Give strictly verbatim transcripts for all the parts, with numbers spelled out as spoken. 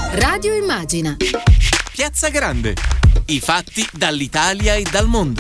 Radio Immagina. Piazza Grande. I fatti dall'Italia e dal mondo.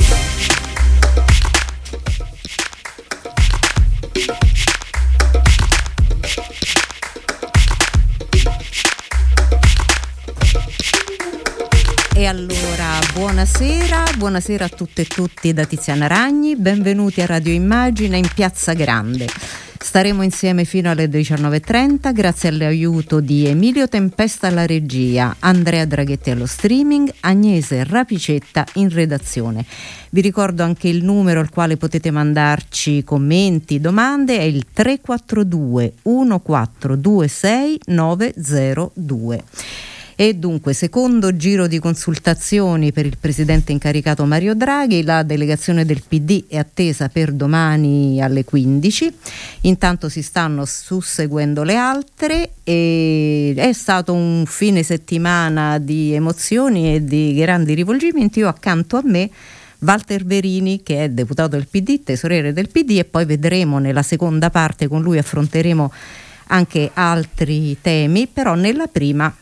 E allora, buonasera, buonasera a tutte e tutti da Tiziana Ragni, benvenuti a Radio Immagina in Piazza Grande. Staremo insieme fino alle diciannove e trenta grazie all'aiuto di Emilio Tempesta alla regia, Andrea Draghetti allo streaming, Agnese Rapicetta in redazione. Vi ricordo anche il numero al quale potete mandarci commenti, domande, è il tre quattro due uno quattro due sei nove zero due. E dunque, secondo giro di consultazioni per il presidente incaricato Mario Draghi, la delegazione del P D è attesa per domani alle quindici. Intanto si stanno susseguendo le altre e è stato un fine settimana di emozioni e di grandi rivolgimenti. Io accanto a me Walter Verini, che è deputato del P D, tesoriere del P D, e poi vedremo nella seconda parte, con lui affronteremo anche altri temi, però nella prima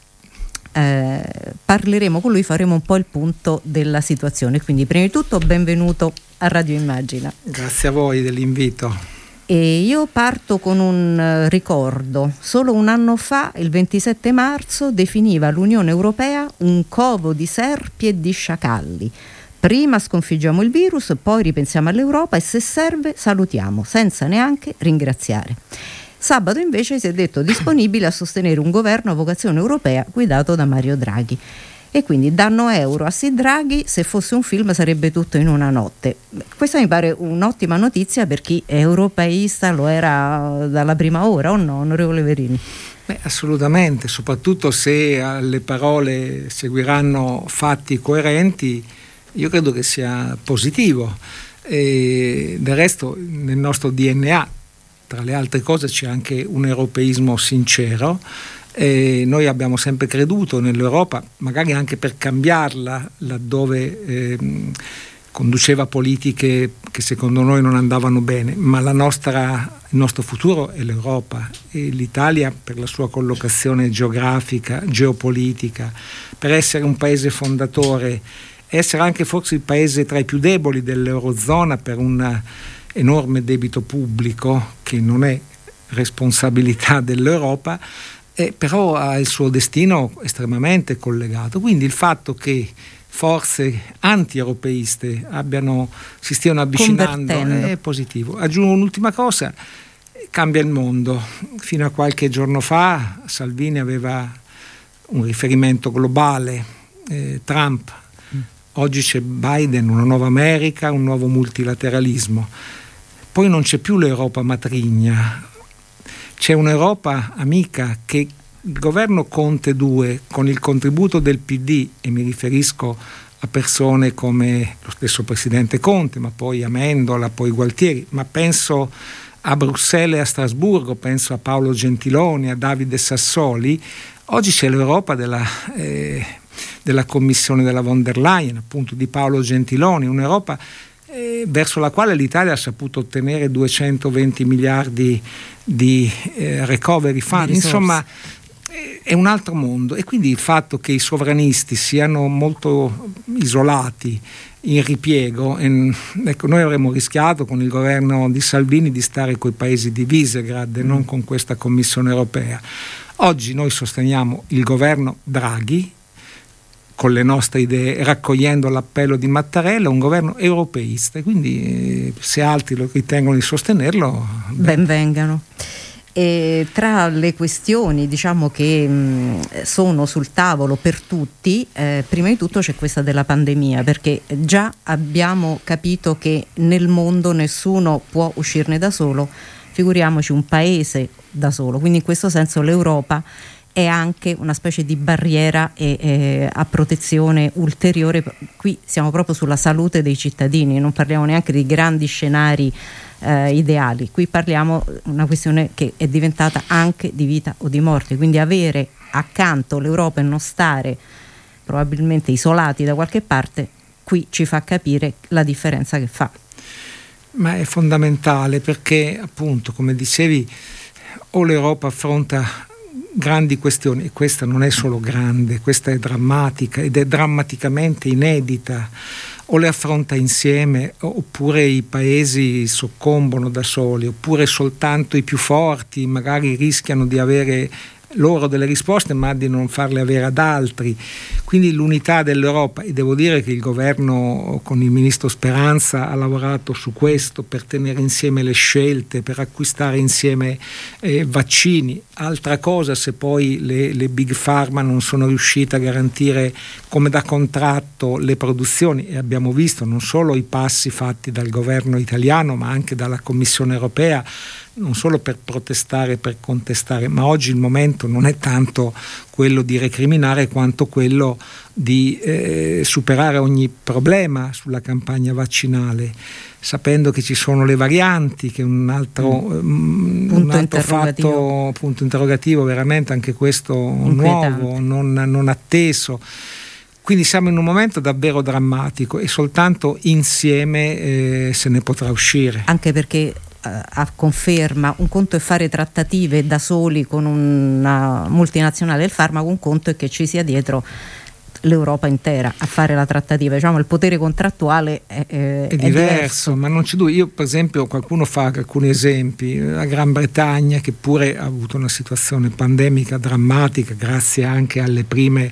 Eh, parleremo con lui, faremo un po' il punto della situazione. Quindi prima di tutto benvenuto a Radio Immagina. Grazie a voi dell'invito. E io parto con un uh, ricordo. Solo un anno fa, il ventisette marzo, definiva l'Unione Europea un covo di serpi e di sciacalli. Prima sconfiggiamo il virus, poi ripensiamo all'Europa e se serve salutiamo, senza neanche ringraziare. Sabato invece si è detto disponibile a sostenere un governo a vocazione europea guidato da Mario Draghi. E quindi danno euro a sì Draghi, se fosse un film sarebbe tutto in una notte. Questa mi pare un'ottima notizia per chi è europeista, lo era dalla prima ora, o no, onorevole Verini? Beh, assolutamente, soprattutto se alle parole seguiranno fatti coerenti, io credo che sia positivo. E del resto nel nostro D N A, tra le altre cose, c'è anche un europeismo sincero. E noi abbiamo sempre creduto nell'Europa, magari anche per cambiarla laddove eh, conduceva politiche che secondo noi non andavano bene, ma la nostra, il nostro futuro è l'Europa, e l'Italia, per la sua collocazione geografica, geopolitica, per essere un paese fondatore, essere anche forse il paese tra i più deboli dell'Eurozona per un enorme debito pubblico che non è responsabilità dell'Europa, eh, però ha il suo destino estremamente collegato. Quindi il fatto che forze anti-europeiste abbiano, si stiano avvicinando è positivo. Aggiungo un'ultima cosa: cambia il mondo. Fino a qualche giorno fa Salvini aveva un riferimento globale, eh, Trump. Oggi c'è Biden, una nuova America, un nuovo multilateralismo. Poi non c'è più l'Europa matrigna, c'è un'Europa amica che il governo Conte due, con il contributo del P D, e mi riferisco a persone come lo stesso presidente Conte, ma poi Amendola, poi Gualtieri, ma penso a Bruxelles e a Strasburgo, penso a Paolo Gentiloni, a Davide Sassoli. Oggi c'è l'Europa della, eh, della Commissione della von der Leyen, appunto di Paolo Gentiloni, un'Europa eh, verso la quale l'Italia ha saputo ottenere duecentoventi miliardi di eh, recovery fund. Insomma, eh, è un altro mondo, e quindi il fatto che i sovranisti siano molto isolati, in ripiego, e, ecco, noi avremmo rischiato con il governo di Salvini di stare coi paesi di Visegrad e mm. non con questa Commissione europea. Oggi noi sosteniamo il governo Draghi con le nostre idee, raccogliendo l'appello di Mattarella, un governo europeista, e quindi eh, se altri lo ritengono di sostenerlo, ben vengano. E tra le questioni, diciamo, che mh, sono sul tavolo per tutti, eh, prima di tutto c'è questa della pandemia, perché già abbiamo capito che nel mondo nessuno può uscirne da solo, figuriamoci un paese da solo. Quindi in questo senso l'Europa è anche una specie di barriera e, e a protezione ulteriore. Qui siamo proprio sulla salute dei cittadini, non parliamo neanche di grandi scenari eh, ideali, qui parliamo di una questione che è diventata anche di vita o di morte, quindi avere accanto l'Europa e non stare probabilmente isolati da qualche parte, qui ci fa capire la differenza che fa. Ma è fondamentale, perché appunto, come dicevi, o l'Europa affronta grandi questioni, e questa non è solo grande, questa è drammatica ed è drammaticamente inedita. O le affronta insieme, oppure i paesi soccombono da soli, oppure soltanto i più forti magari rischiano di avere loro delle risposte ma di non farle avere ad altri. Quindi l'unità dell'Europa, e devo dire che il governo con il ministro Speranza ha lavorato su questo per tenere insieme le scelte, per acquistare insieme eh, vaccini. Altra cosa se poi le, le big pharma non sono riuscite a garantire come da contratto le produzioni, e abbiamo visto non solo i passi fatti dal governo italiano ma anche dalla Commissione europea, non solo per protestare, per contestare, ma oggi il momento non è tanto quello di recriminare quanto quello di eh, superare ogni problema sulla campagna vaccinale, sapendo che ci sono le varianti, che è un altro, mm. punto, un altro interrogativo. fatto, punto interrogativo, veramente anche questo nuovo, non, non atteso. Quindi siamo in un momento davvero drammatico e soltanto insieme eh, se ne potrà uscire. Anche perché a conferma, un conto è fare trattative da soli con una multinazionale del farmaco, un conto è che ci sia dietro l'Europa intera a fare la trattativa. Diciamo, il potere contrattuale è, è, è, diverso, è diverso, ma non c'è dubbio. Io per esempio, qualcuno fa alcuni esempi, la Gran Bretagna, che pure ha avuto una situazione pandemica drammatica grazie anche alle prime,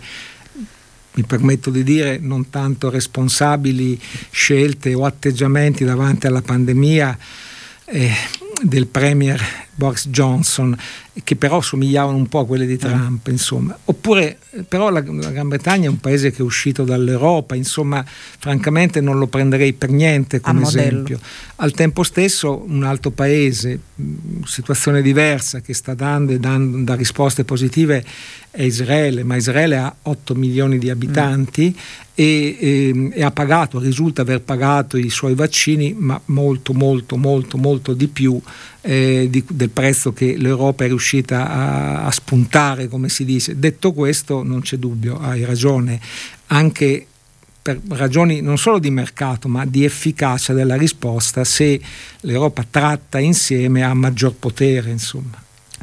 mi permetto di dire, non tanto responsabili scelte o atteggiamenti davanti alla pandemia Eh, del premier Boris Johnson, che però somigliavano un po' a quelle di Trump, insomma. Oppure però la, la Gran Bretagna è un paese che è uscito dall'Europa, insomma, francamente non lo prenderei per niente come esempio. Al tempo stesso un altro paese, situazione diversa, che sta dando e dando da risposte positive è Israele, ma Israele ha otto milioni di abitanti mm. e, e, e ha pagato, risulta aver pagato i suoi vaccini, ma molto molto molto molto di più eh, di, del prezzo che l'Europa è riuscita a, a spuntare, come si dice. Detto questo, non c'è dubbio, hai ragione, anche per ragioni non solo di mercato ma di efficacia della risposta, se l'Europa tratta insieme ha maggior potere, insomma.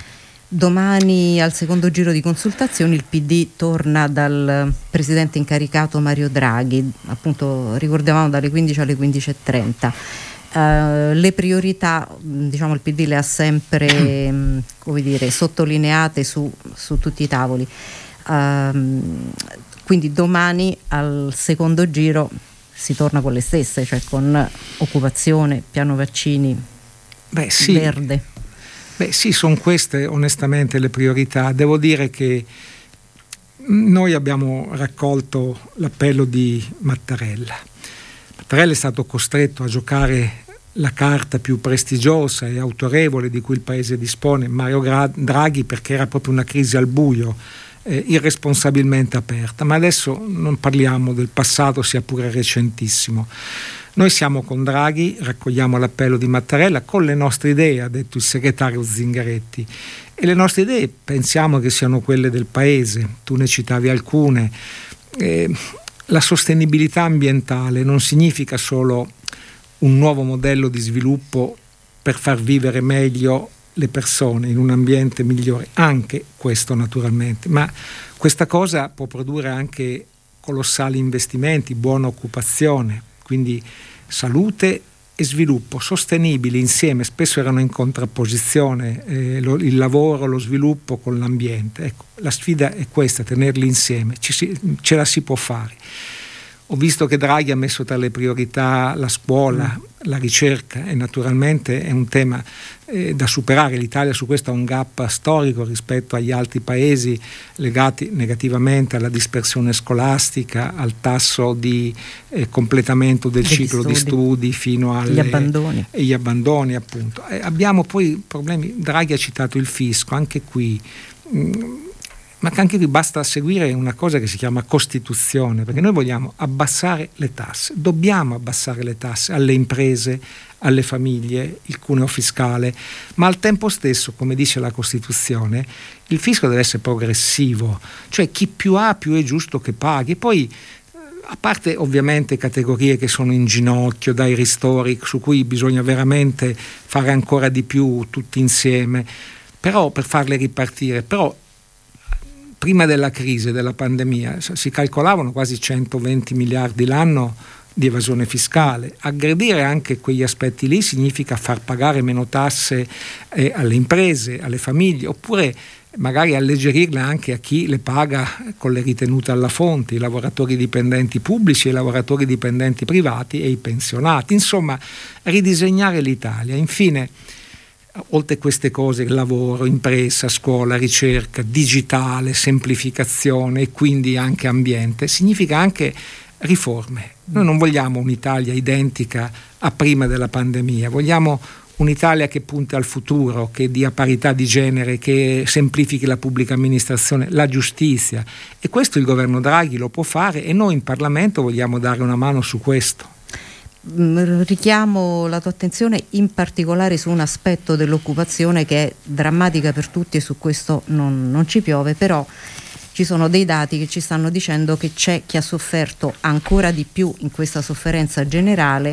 Domani al secondo giro di consultazioni il P D torna dal presidente incaricato Mario Draghi, appunto ricordavamo dalle quindici alle quindici e trenta. Uh, le priorità, diciamo, il P D le ha sempre mh, come dire, sottolineate su, su tutti i tavoli. Uh, quindi domani al secondo giro si torna con le stesse, cioè con occupazione, piano vaccini, Beh, sì. verde. Beh sì, sono queste onestamente le priorità. Devo dire che noi abbiamo raccolto l'appello di Mattarella. Mattarella è stato costretto a giocare la carta più prestigiosa e autorevole di cui il Paese dispone, Mario Draghi, perché era proprio una crisi al buio, eh, irresponsabilmente aperta. Ma adesso non parliamo del passato, sia pure recentissimo. Noi siamo con Draghi, raccogliamo l'appello di Mattarella con le nostre idee, ha detto il segretario Zingaretti, e le nostre idee pensiamo che siano quelle del Paese. Tu ne citavi alcune. Eh, la sostenibilità ambientale non significa solo un nuovo modello di sviluppo per far vivere meglio le persone in un ambiente migliore, anche questo naturalmente, ma questa cosa può produrre anche colossali investimenti, buona occupazione, quindi salute e sviluppo sostenibili insieme, spesso erano in contrapposizione eh, lo, il lavoro, lo sviluppo con l'ambiente. Ecco, la sfida è questa, tenerli insieme, Ci si, ce la si può fare. Ho visto che Draghi ha messo tra le priorità la scuola, mm. la ricerca, e naturalmente è un tema eh, da superare. L'Italia su questo ha un gap storico rispetto agli altri paesi, legati negativamente alla dispersione scolastica, al tasso di eh, completamento del Degli ciclo studi. di studi fino agli abbandoni. E gli abbandoni, appunto. E abbiamo poi problemi. Draghi ha citato il fisco, anche qui. Mh, ma anche qui basta seguire una cosa che si chiama Costituzione, perché noi vogliamo abbassare le tasse, dobbiamo abbassare le tasse alle imprese, alle famiglie, il cuneo fiscale, ma al tempo stesso, come dice la Costituzione, il fisco deve essere progressivo, cioè chi più ha più è giusto che paghi. Poi, a parte ovviamente categorie che sono in ginocchio, dai ristori su cui bisogna veramente fare ancora di più tutti insieme, però per farle ripartire, però prima della crisi, della pandemia, si calcolavano quasi centoventi miliardi l'anno di evasione fiscale. Aggredire anche quegli aspetti lì significa far pagare meno tasse eh, alle imprese, alle famiglie, oppure magari alleggerirle anche a chi le paga con le ritenute alla fonte, i lavoratori dipendenti pubblici, i lavoratori dipendenti privati e i pensionati. Insomma, ridisegnare l'Italia. Infine, oltre a queste cose, lavoro, impresa, scuola, ricerca, digitale, semplificazione e quindi anche ambiente, significa anche riforme. Noi non vogliamo un'Italia identica a prima della pandemia, vogliamo un'Italia che punti al futuro, che dia parità di genere, che semplifichi la pubblica amministrazione, la giustizia, e questo il governo Draghi lo può fare e noi in Parlamento vogliamo dare una mano su questo. Richiamo la tua attenzione in particolare su un aspetto dell'occupazione che è drammatica per tutti e su questo non, non ci piove, però ci sono dei dati che ci stanno dicendo che c'è chi ha sofferto ancora di più in questa sofferenza generale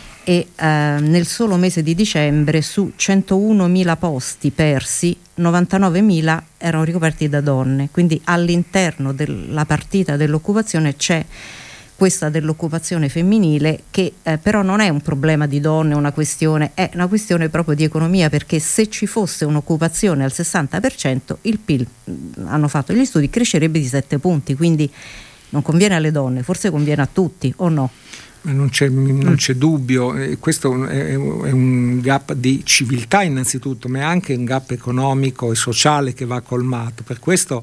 e eh, nel solo mese di dicembre su centounomila posti persi, novantanovemila erano ricoperti da donne, quindi all'interno della partita dell'occupazione c'è questa dell'occupazione femminile che eh, però non è un problema di donne, una questione, è una questione proprio di economia, perché se ci fosse un'occupazione al sessanta per cento il P I L, hanno fatto gli studi, crescerebbe di sette punti, quindi non conviene alle donne, forse conviene a tutti, o no? Non c'è, non c'è dubbio, eh, questo è, è un gap di civiltà innanzitutto, ma è anche un gap economico e sociale che va colmato. Per questo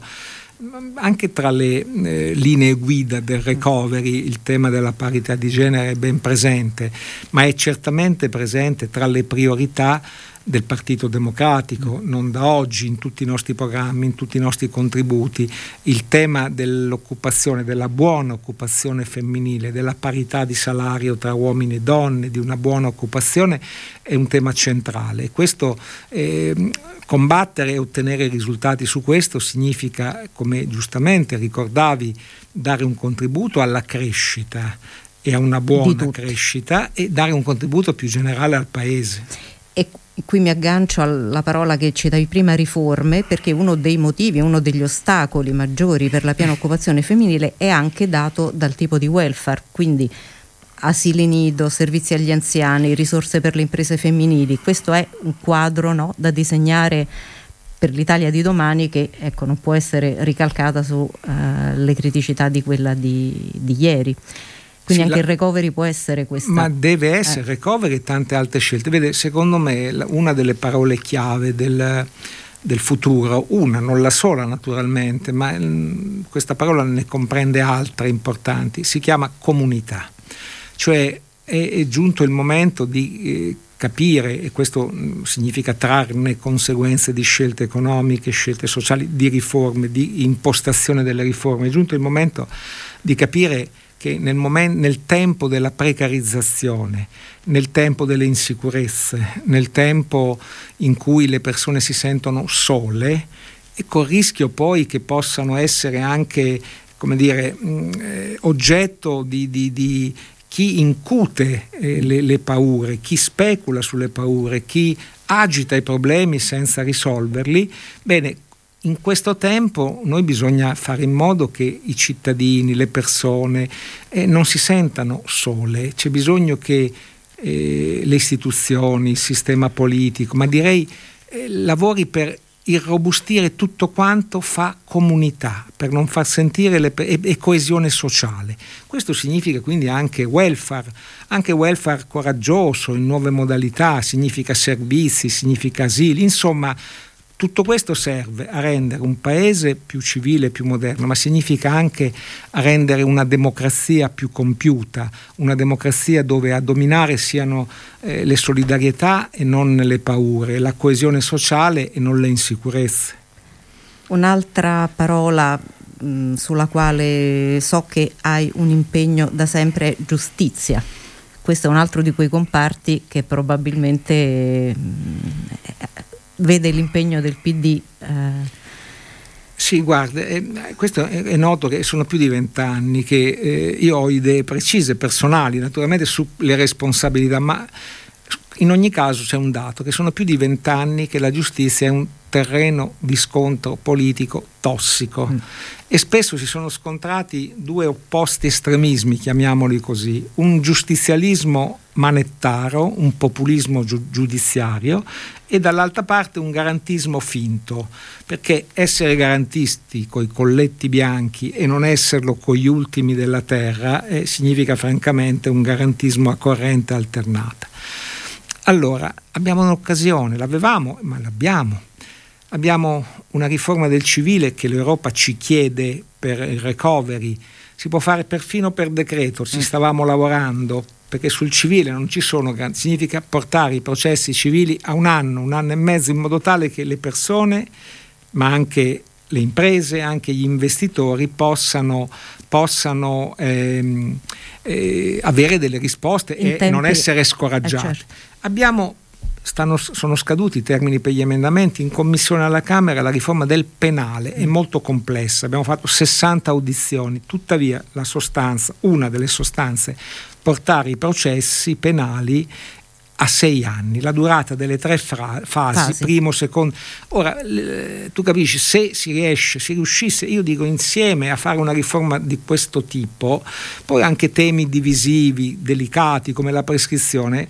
anche tra le eh, linee guida del recovery il tema della parità di genere è ben presente, ma è certamente presente tra le priorità del Partito Democratico, non da oggi, in tutti i nostri programmi, in tutti i nostri contributi. Il tema dell'occupazione, della buona occupazione femminile, della parità di salario tra uomini e donne, di una buona occupazione è un tema centrale. Questo, eh, combattere e ottenere risultati su questo significa, come giustamente ricordavi, dare un contributo alla crescita e a una buona crescita e dare un contributo più generale al Paese. E qui mi aggancio alla parola che citavi prima, riforme, perché uno dei motivi, uno degli ostacoli maggiori per la piena occupazione femminile è anche dato dal tipo di welfare, quindi asili nido, servizi agli anziani, risorse per le imprese femminili. Questo è un quadro, no, da disegnare per l'Italia di domani che, ecco, non può essere ricalcata sulle uh, criticità di quella di, di ieri. Quindi sì, anche la, il recovery può essere questa. Ma deve essere eh. recovery e tante altre scelte. Vede, secondo me una delle parole chiave del, del futuro, una, non la sola naturalmente, ma mh, questa parola ne comprende altre importanti, si chiama comunità. Cioè è, è giunto il momento di eh, capire, e questo mh, significa trarne conseguenze di scelte economiche, scelte sociali, di riforme, di impostazione delle riforme. È giunto il momento di capire che nel, momento, nel tempo della precarizzazione, nel tempo delle insicurezze, nel tempo in cui le persone si sentono sole, e col rischio poi che possano essere anche, come dire, mh, oggetto di, di, di chi incute eh, le, le paure, chi specula sulle paure, chi agita i problemi senza risolverli, bene, in questo tempo noi bisogna fare in modo che i cittadini, le persone eh, non si sentano sole. C'è bisogno che eh, le istituzioni, il sistema politico, ma direi eh, lavori per irrobustire tutto quanto fa comunità, per non far sentire le, e, e coesione sociale. Questo significa quindi anche welfare, anche welfare coraggioso, in nuove modalità, significa servizi, significa asili, insomma. Tutto questo serve a rendere un paese più civile e più moderno, ma significa anche a rendere una democrazia più compiuta, una democrazia dove a dominare siano eh, le solidarietà e non le paure, la coesione sociale e non le insicurezze. Un'altra parola mh, sulla quale so che hai un impegno da sempre è giustizia. Questo è un altro di quei comparti che probabilmente mh, vede l'impegno del P D. Eh. Sì, guarda, eh, questo è, è noto che sono più di vent'anni che eh, io ho idee precise, personali, naturalmente, sulle responsabilità, ma in ogni caso c'è un dato, che sono più di vent'anni che la giustizia è un terreno di scontro politico tossico mm. e spesso si sono scontrati due opposti estremismi, chiamiamoli così, un giustizialismo manettaro, un populismo giu- giudiziario e dall'altra parte un garantismo finto, perché essere garantisti coi colletti bianchi e non esserlo con gli ultimi della terra eh, significa francamente un garantismo a corrente alternata. Allora, abbiamo un'occasione, l'avevamo, ma l'abbiamo. Abbiamo una riforma del civile che l'Europa ci chiede per il recovery, si può fare perfino per decreto, ci stavamo lavorando, perché sul civile non ci sono, significa portare i processi civili a un anno, un anno e mezzo, in modo tale che le persone, ma anche le imprese, anche gli investitori possano, possano ehm, eh, avere delle risposte in e tempi... non essere scoraggiati. Eh, certo. Abbiamo, stanno, sono scaduti i termini per gli emendamenti, in commissione alla Camera la riforma del penale è molto complessa, abbiamo fatto sessanta audizioni, tuttavia la sostanza, una delle sostanze, portare i processi penali a sei anni, la durata delle tre fra- fasi, fasi, primo, secondo. Ora, l- tu capisci, se si riesce, si riuscisse, io dico insieme a fare una riforma di questo tipo, poi anche temi divisivi, delicati come la prescrizione,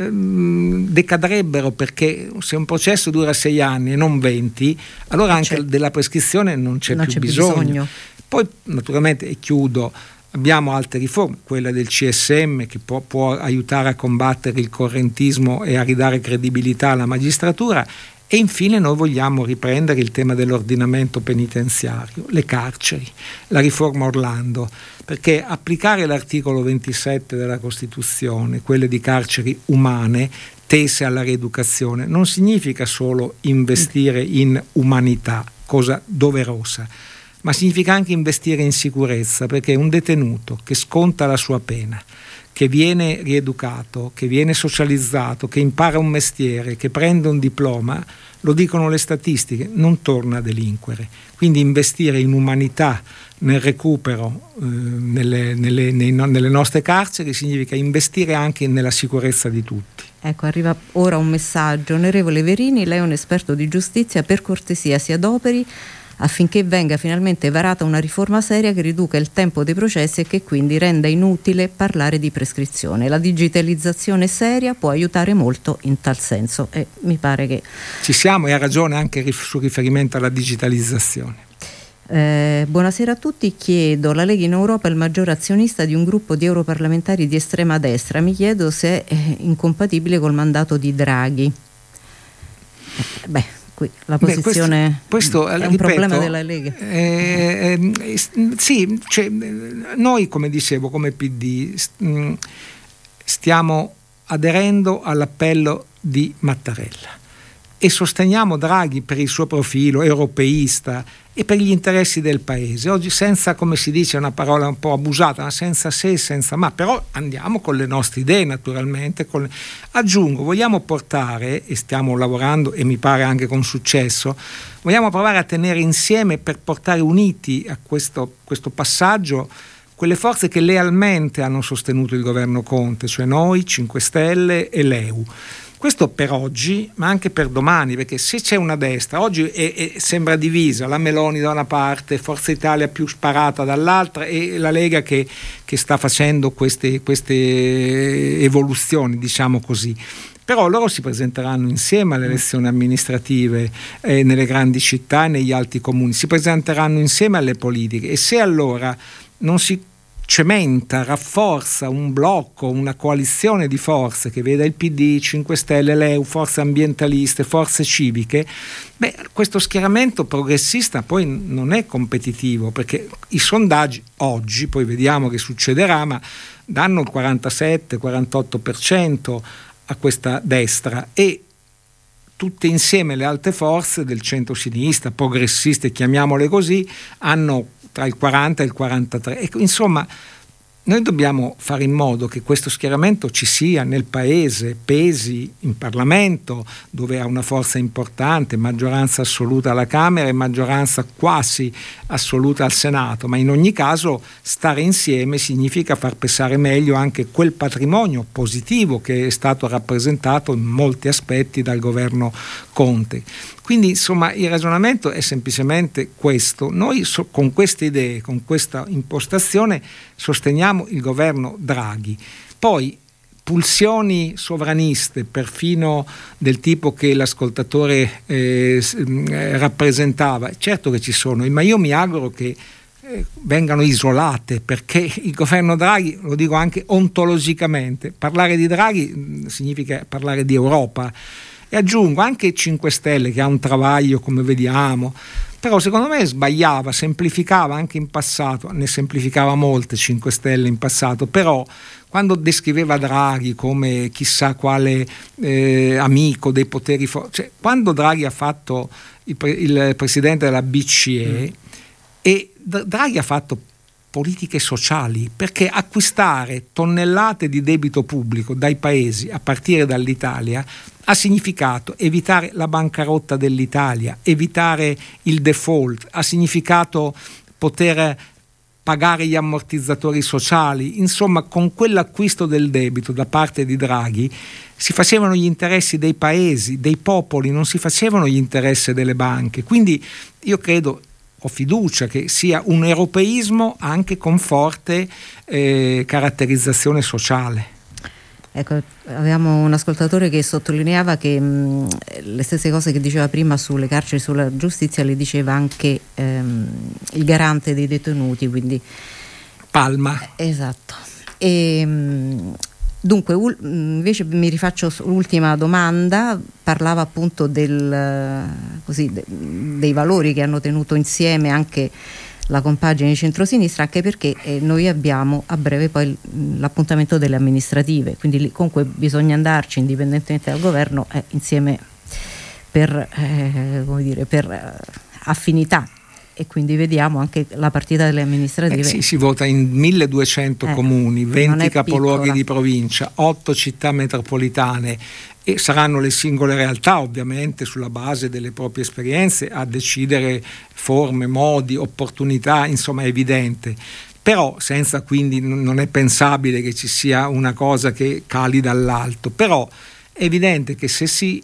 ehm, decadrebbero, perché se un processo dura sei anni e non venti, allora anche c'è. della prescrizione non c'è, non più, c'è bisogno. più bisogno. Poi, naturalmente, e chiudo, abbiamo altre riforme, quella del C S M che può, può aiutare a combattere il correntismo e a ridare credibilità alla magistratura, e infine noi vogliamo riprendere il tema dell'ordinamento penitenziario, le carceri, la riforma Orlando, perché applicare l'articolo ventisette della Costituzione, quelle di carceri umane tese alla rieducazione, non significa solo investire in umanità, cosa doverosa, ma significa anche investire in sicurezza, perché un detenuto che sconta la sua pena, che viene rieducato, che viene socializzato, che impara un mestiere, che prende un diploma, lo dicono le statistiche, non torna a delinquere. Quindi investire in umanità, nel recupero eh, nelle, nelle, nei, nelle nostre carceri significa investire anche nella sicurezza di tutti. Ecco, arriva ora un messaggio. Onorevole Verini, lei è un esperto di giustizia, per cortesia si adoperi affinché venga finalmente varata una riforma seria che riduca il tempo dei processi e che quindi renda inutile parlare di prescrizione. La digitalizzazione seria può aiutare molto in tal senso e mi pare che... Ci siamo, e ha ragione anche sul riferimento alla digitalizzazione. Eh, buonasera a tutti, chiedo, la Lega in Europa è il maggior azionista di un gruppo di europarlamentari di estrema destra, mi chiedo se è incompatibile col mandato di Draghi. Beh, la posizione Beh, questo, questo, è un ripeto, problema della Lega. Eh, eh, sì, cioè, noi, come dicevo, come P D stiamo aderendo all'appello di Mattarella e sosteniamo Draghi per il suo profilo europeista e per gli interessi del paese. Oggi, senza, come si dice, una parola un po' abusata, ma senza se e senza ma, però andiamo con le nostre idee, naturalmente. Con le... Aggiungo, vogliamo portare, e stiamo lavorando e mi pare anche con successo, vogliamo provare a tenere insieme per portare uniti a questo, questo passaggio quelle forze che lealmente hanno sostenuto il governo Conte, cioè noi, cinque Stelle e l'E U. Questo per oggi, ma anche per domani, perché se c'è una destra, oggi è, è, sembra divisa, la Meloni da una parte, Forza Italia più sparata dall'altra e la Lega che, che sta facendo queste, queste evoluzioni, diciamo così. Però loro si presenteranno insieme alle elezioni amministrative eh, nelle grandi città e negli altri comuni, si presenteranno insieme alle politiche, e se allora non si cementa, rafforza un blocco, una coalizione di forze che veda il P D, cinque Stelle, l'E U, forze ambientaliste, forze civiche, beh, questo schieramento progressista poi non è competitivo, perché i sondaggi oggi, poi vediamo che succederà, ma danno il quarantasette quarantotto per cento a questa destra, e tutte insieme le altre forze del centro-sinistra, progressiste, chiamiamole così, hanno tra il quaranta e il quarantatré. Ecco, insomma, noi dobbiamo fare in modo che questo schieramento ci sia nel paese, pesi in Parlamento, dove ha una forza importante, maggioranza assoluta alla Camera e maggioranza quasi assoluta al Senato, ma in ogni caso stare insieme significa far pesare meglio anche quel patrimonio positivo che è stato rappresentato in molti aspetti dal governo Conte. Quindi insomma il ragionamento è semplicemente questo: noi so, con queste idee, con questa impostazione sosteniamo il governo Draghi. Poi pulsioni sovraniste, perfino del tipo che l'ascoltatore eh, rappresentava, certo che ci sono, ma io mi auguro che eh, vengano isolate, perché il governo Draghi, lo dico anche ontologicamente, parlare di Draghi mh, significa parlare di Europa. E aggiungo anche cinque Stelle, che ha un travaglio come vediamo, però secondo me sbagliava, semplificava anche in passato, ne semplificava molte cinque Stelle in passato, però quando descriveva Draghi come chissà quale eh, amico dei poteri forti, cioè, quando Draghi ha fatto il, pre- il presidente della B C E, mm. e D- Draghi ha fatto politiche sociali, perché acquistare tonnellate di debito pubblico dai paesi, a partire dall'Italia, ha significato evitare la bancarotta dell'Italia, evitare il default, ha significato poter pagare gli ammortizzatori sociali. Insomma, con quell'acquisto del debito da parte di Draghi si facevano gli interessi dei paesi, dei popoli, non si facevano gli interessi delle banche. Quindi io credo, ho fiducia che sia un europeismo anche con forte eh, caratterizzazione sociale. Ecco, avevamo un ascoltatore che sottolineava che mh, le stesse cose che diceva prima sulle carceri, sulla giustizia, le diceva anche ehm, il garante dei detenuti, quindi Palma. Esatto. E, mh, dunque, ul- invece mi rifaccio l'ultima domanda. Parlava appunto del, così, de- dei valori che hanno tenuto insieme anche la compagine di centrosinistra, anche perché eh, noi abbiamo a breve poi l'appuntamento delle amministrative, quindi lì comunque bisogna andarci indipendentemente dal governo eh, insieme per, eh, come dire, per eh, affinità, e quindi vediamo anche la partita delle amministrative. Eh sì, si vota in milleduecento eh, comuni, venti capoluoghi piccola. di provincia, otto città metropolitane, e saranno le singole realtà, ovviamente sulla base delle proprie esperienze, a decidere forme, modi, opportunità, insomma è evidente. Però senza, quindi non è pensabile che ci sia una cosa che cali dall'alto. Però è evidente che se si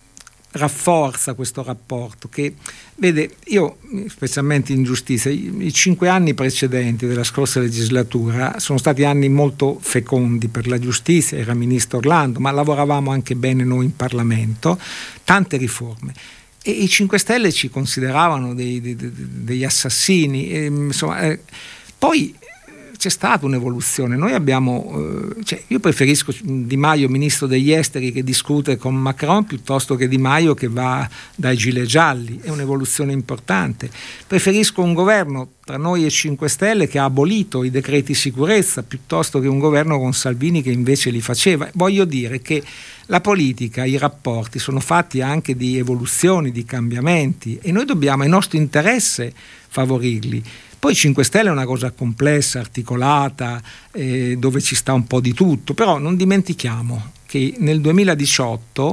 rafforza questo rapporto, che vede, io specialmente in giustizia, i, i cinque anni precedenti della scorsa legislatura sono stati anni molto fecondi per la giustizia, era ministro Orlando, ma lavoravamo anche bene noi in Parlamento, tante riforme, e i cinque Stelle ci consideravano dei, dei, degli assassini, e, insomma, eh, poi c'è stata un'evoluzione. Noi abbiamo, eh, cioè io preferisco Di Maio ministro degli esteri che discute con Macron piuttosto che Di Maio che va dai gilet gialli, è un'evoluzione importante. Preferisco un governo tra noi e cinque Stelle che ha abolito i decreti sicurezza piuttosto che un governo con Salvini che invece li faceva. Voglio dire che la politica, i rapporti sono fatti anche di evoluzioni, di cambiamenti, e noi dobbiamo, è nostro interesse favorirli. Poi cinque Stelle è una cosa complessa, articolata, eh, dove ci sta un po' di tutto, però non dimentichiamo che nel duemiladiciotto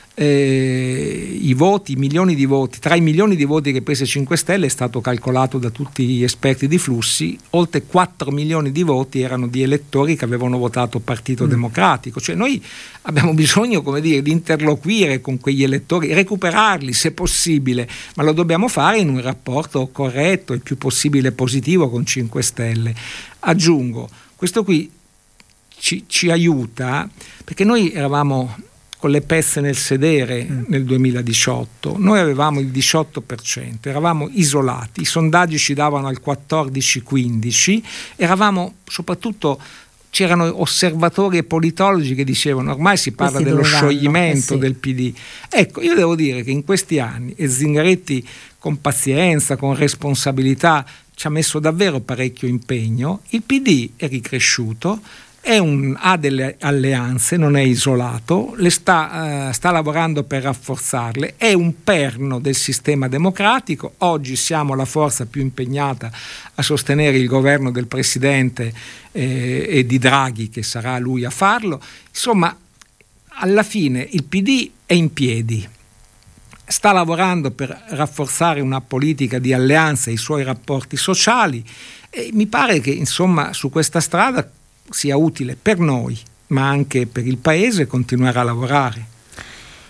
eh, i voti, i milioni di voti, tra i milioni di voti che prese cinque Stelle, è stato calcolato da tutti gli esperti di flussi, oltre quattro milioni di voti erano di elettori che avevano votato Partito mm. Democratico. Cioè noi abbiamo bisogno, come dire, di interloquire con quegli elettori, recuperarli se possibile, ma lo dobbiamo fare in un rapporto corretto, il più possibile positivo con cinque Stelle. Aggiungo, questo qui ci, ci aiuta, perché noi eravamo con le pezze nel sedere mm. nel duemiladiciotto, noi avevamo il diciotto per cento, eravamo isolati, i sondaggi ci davano al quattordici quindici, eravamo soprattutto, c'erano osservatori e politologi che dicevano ormai si parla questi dello scioglimento eh sì. del P D. Ecco, io devo dire che in questi anni, e Zingaretti con pazienza, con responsabilità, ci ha messo davvero parecchio impegno, il P D è ricresciuto, è un, ha delle alleanze, non è isolato, le sta, uh, sta lavorando per rafforzarle, è un perno del sistema democratico. Oggi siamo la forza più impegnata a sostenere il governo del Presidente eh, e di Draghi, che sarà lui a farlo. Insomma, alla fine il P D è in piedi, sta lavorando per rafforzare una politica di alleanza e i suoi rapporti sociali, e mi pare che insomma su questa strada sia utile per noi, ma anche per il Paese continuare a lavorare.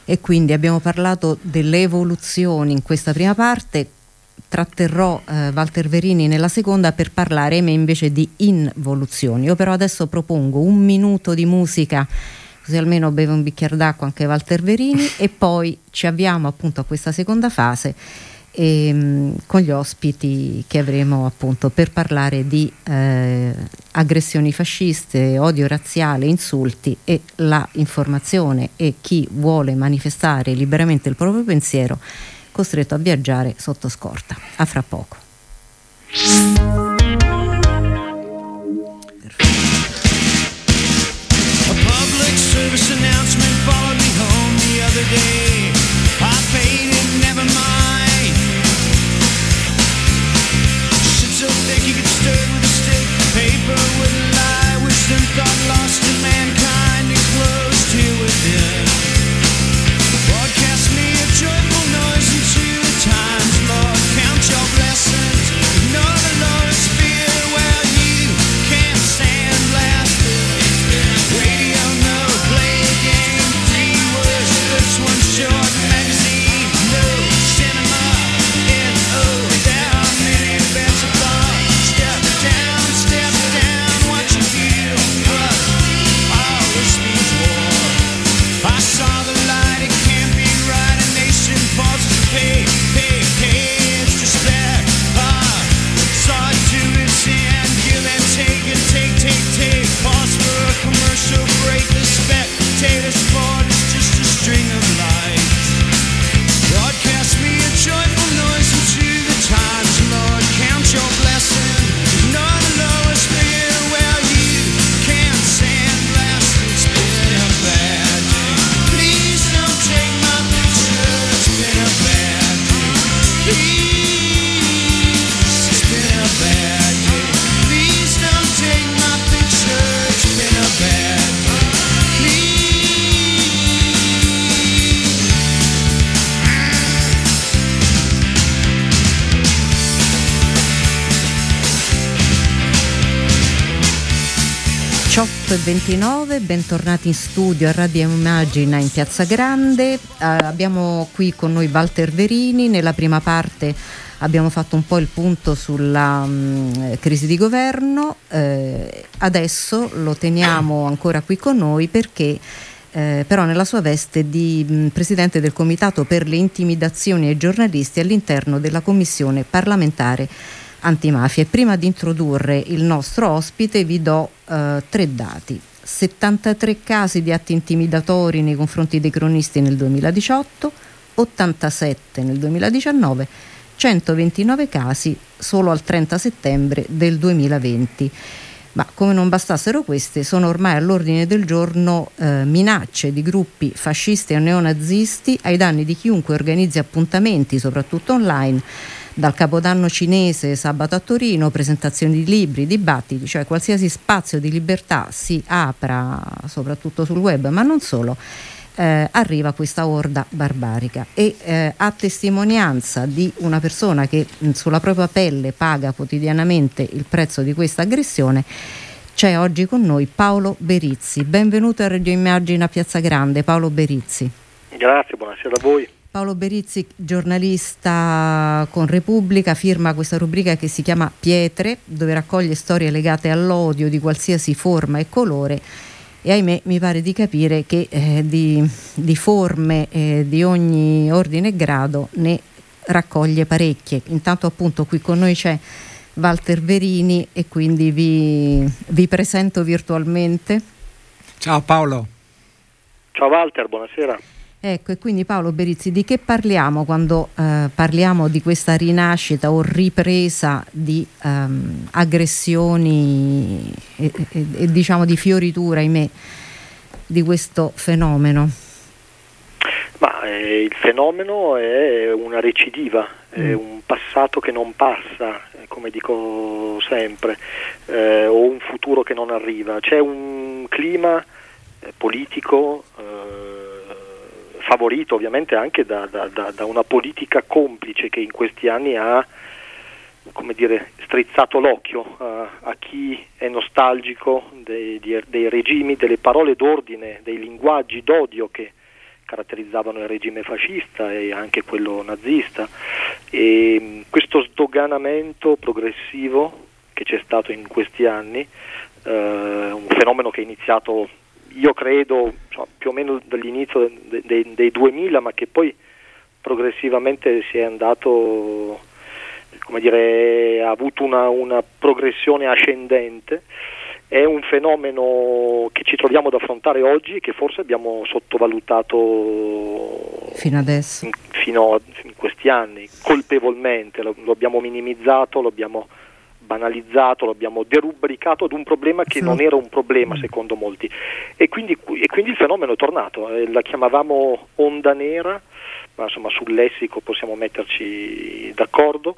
e quindi abbiamo parlato delle evoluzioni in questa prima parte. Tratterrò eh, Walter Verini nella seconda per parlare ahimè invece di involuzioni. Io però adesso propongo un minuto di musica, così almeno beve un bicchiere d'acqua anche Walter Verini, e poi ci avviamo appunto a questa seconda fase e, mh, con gli ospiti che avremo appunto per parlare di eh, aggressioni fasciste, odio razziale, insulti e la informazione, e chi vuole manifestare liberamente il proprio pensiero costretto a viaggiare sotto scorta. A fra poco. A public service announcement followed me home the other day. I paid it, never mind. Shit so thick you could stir it with a stick. Paper wouldn't lie. Wisdom thought lost in mankind enclosed here within. Broadcast me a joyful noise into the times, Lord. Count your blessings. Ignore the lowest fear. Well, you can't stand last. Radio no, play a game. Three words, first one short. Magazine, no cinema. N O, there are many bets of thought. Step down, step down. Watch you feel, but all this means war. I saw the light, it can't be right. A nation pauses to pay, pay, pay. It's despair. Ah, saw it to its end. Give and take and take, take, take. Pause for a commercial break. The spectator's sport is just a string of lights. Broadcast me a joyful noise into the times, Lord. Count your blessings. Ignore the lowest fear. Well, you can't stand last. It's been a bad day. Please don't take my picture. It's been a bad day. Please, it's been a bad day. Please don't take my picture. It's been a bad day. Please. diciotto e ventinove, bentornati in studio a Radio Immagina in Piazza Grande. Eh, abbiamo qui con noi Walter Verini. Nella prima parte abbiamo fatto un po' il punto sulla mh, crisi di governo, eh, adesso lo teniamo ancora qui con noi perché eh, però nella sua veste di mh, presidente del Comitato per le intimidazioni ai giornalisti all'interno della Commissione parlamentare antimafia. E prima di introdurre il nostro ospite vi do eh, tre dati: settantatré casi di atti intimidatori nei confronti dei cronisti nel duemiladiciotto, ottantasette nel duemiladiciannove, centoventinove casi solo al trenta settembre del duemilaventi. Ma come non bastassero queste, sono ormai all'ordine del giorno eh, minacce di gruppi fascisti o neonazisti ai danni di chiunque organizzi appuntamenti, soprattutto online, dal Capodanno cinese sabato a Torino, presentazioni di libri, dibattiti, cioè qualsiasi spazio di libertà si apra, soprattutto sul web, ma non solo, eh, arriva questa orda barbarica. E eh, a testimonianza di una persona che mh, sulla propria pelle paga quotidianamente il prezzo di questa aggressione, c'è oggi con noi Paolo Berizzi. Benvenuto a Radio Immagina Piazza Grande, Paolo Berizzi. Grazie, buonasera a voi. Paolo Berizzi, giornalista con Repubblica, firma questa rubrica che si chiama Pietre, dove raccoglie storie legate all'odio di qualsiasi forma e colore, e ahimè mi pare di capire che eh, di, di forme eh, di ogni ordine e grado ne raccoglie parecchie. Intanto appunto qui con noi c'è Walter Verini e quindi vi, vi presento virtualmente. Ciao Paolo. Ciao Walter, buonasera. Ecco, e quindi Paolo Berizzi, di che parliamo quando eh, parliamo di questa rinascita o ripresa di ehm, aggressioni e, e, e diciamo di fioritura, ahimè, di questo fenomeno? Ma eh, il fenomeno è una recidiva, mm. è un passato che non passa, come dico sempre, eh, o un futuro che non arriva. C'è un clima eh, politico eh, favorito ovviamente anche da, da, da, da una politica complice che in questi anni ha, come dire, strizzato l'occhio a, a chi è nostalgico dei, dei regimi, delle parole d'ordine, dei linguaggi d'odio che caratterizzavano il regime fascista e anche quello nazista, e questo sdoganamento progressivo che c'è stato in questi anni, eh, un fenomeno che è iniziato, io credo, cioè, più o meno dall'inizio de- de- dei duemila, ma che poi progressivamente si è andato, come dire, ha avuto una, una progressione ascendente. È un fenomeno che ci troviamo ad affrontare oggi, che forse abbiamo sottovalutato fino adesso, in, fino a in questi anni, colpevolmente, lo, lo abbiamo minimizzato, lo abbiamo banalizzato, lo abbiamo derubricato ad un problema che non era un problema secondo molti, e quindi, e quindi il fenomeno è tornato, eh, la chiamavamo onda nera, ma insomma sul lessico possiamo metterci d'accordo.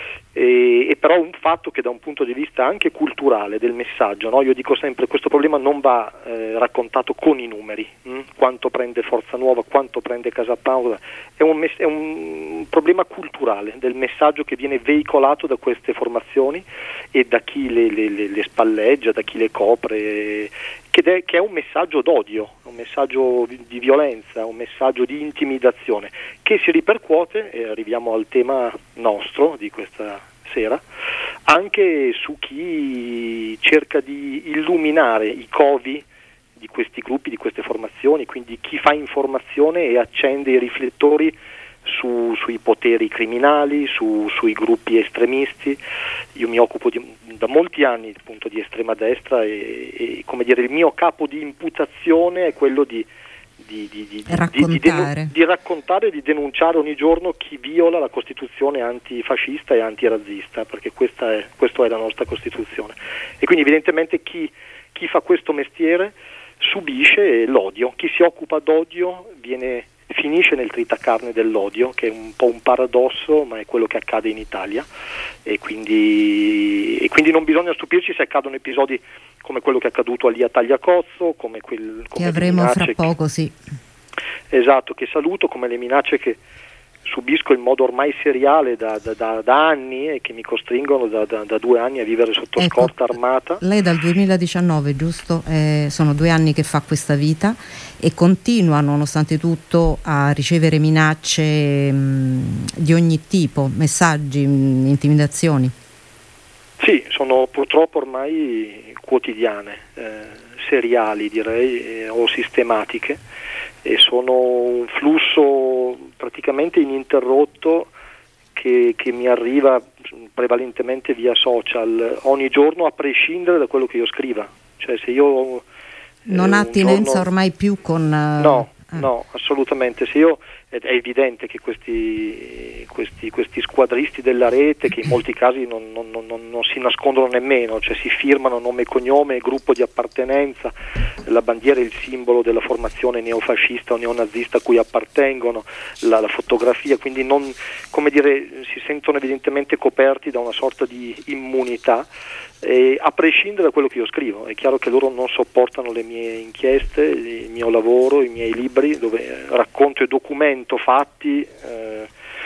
E, e però un fatto che da un punto di vista anche culturale del messaggio, no? Io dico sempre, questo problema non va eh, raccontato con i numeri, hm? Quanto prende Forza Nuova, quanto prende Casa Pound, è un, mes- è un problema culturale del messaggio che viene veicolato da queste formazioni e da chi le, le, le, le spalleggia, da chi le copre, che è, che è un messaggio d'odio, un messaggio di violenza, un messaggio di intimidazione che si ripercuote, e arriviamo al tema nostro di questa sera, anche su chi cerca di illuminare i covi di questi gruppi, di queste formazioni, quindi chi fa informazione e accende i riflettori su, sui poteri criminali, su, sui gruppi estremisti. Io mi occupo di, da molti anni appunto di estrema destra e, e come dire, il mio capo di imputazione è quello di Di, di, di, raccontare. Di, di, denu- di raccontare e di denunciare ogni giorno chi viola la Costituzione antifascista e antirazzista, perché questa è, questo è la nostra Costituzione. E quindi evidentemente chi, chi fa questo mestiere subisce l'odio, chi si occupa d'odio viene, finisce nel tritacarne dell'odio, che è un po' un paradosso, ma è quello che accade in Italia, e quindi, e quindi non bisogna stupirci se accadono episodi come quello che è accaduto lì a Tagliacozzo, come quel come che avremo fra poco, che, sì. Esatto, che saluto, come le minacce che subisco in modo ormai seriale da, da, da, da anni e che mi costringono da, da, da due anni a vivere sotto ecco, scorta armata. Lei dal duemiladiciannove, giusto? Eh, sono due anni che fa questa vita e continua nonostante tutto a ricevere minacce mh, di ogni tipo, messaggi, mh, intimidazioni. Sì, sono purtroppo ormai quotidiane, eh, seriali direi, eh, o sistematiche, e sono un flusso praticamente ininterrotto che, che mi arriva prevalentemente via social ogni giorno, a prescindere da quello che io scriva. Cioè se io non eh, ha attinenza giorno... ormai più con uh... no ah. no assolutamente. Se io è evidente che questi, questi, questi squadristi della rete, che in molti casi non, non, non, non si nascondono nemmeno, cioè si firmano nome e cognome, gruppo di appartenenza, la bandiera è il simbolo della formazione neofascista o neonazista a cui appartengono, la, la fotografia, quindi non, come dire, si sentono evidentemente coperti da una sorta di immunità, eh, a prescindere da quello che io scrivo. È chiaro che loro non sopportano le mie inchieste, il mio lavoro, i miei libri, dove racconto e documento fatti eh,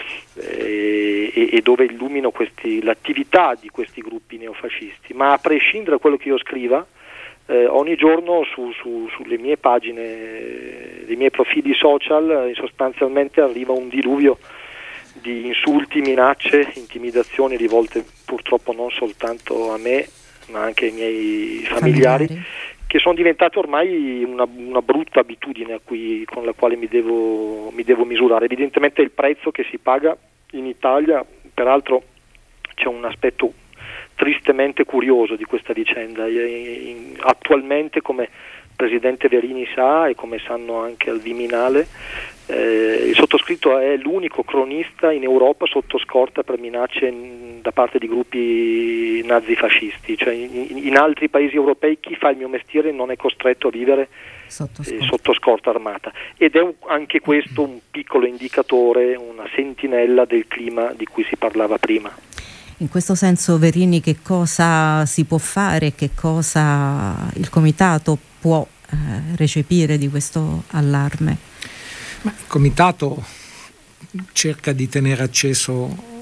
e, e dove illumino questi, l'attività di questi gruppi neofascisti, ma a prescindere da quello che io scriva, eh, ogni giorno su, su, sulle mie pagine, dei miei profili social, eh, sostanzialmente arriva un diluvio di insulti, minacce, intimidazioni rivolte purtroppo non soltanto a me ma anche ai miei familiari, familiari. che sono diventate ormai una, una brutta abitudine a cui, con la quale mi devo, mi devo misurare. Evidentemente il prezzo che si paga in Italia, peraltro c'è un aspetto tristemente curioso di questa vicenda. In, attualmente, come Presidente Verini sa e come sanno anche al Viminale, eh, il sottoscritto è l'unico cronista in Europa sotto scorta per minacce in, da parte di gruppi nazifascisti. Cioè in, in altri paesi europei chi fa il mio mestiere non è costretto a vivere sotto scorta, eh, sotto scorta armata, ed è un, anche questo un piccolo indicatore, una sentinella del clima di cui si parlava prima. In questo senso, Verini, che cosa si può fare, che cosa il Comitato può eh, recepire di questo allarme? Ma il Comitato cerca di tenere acceso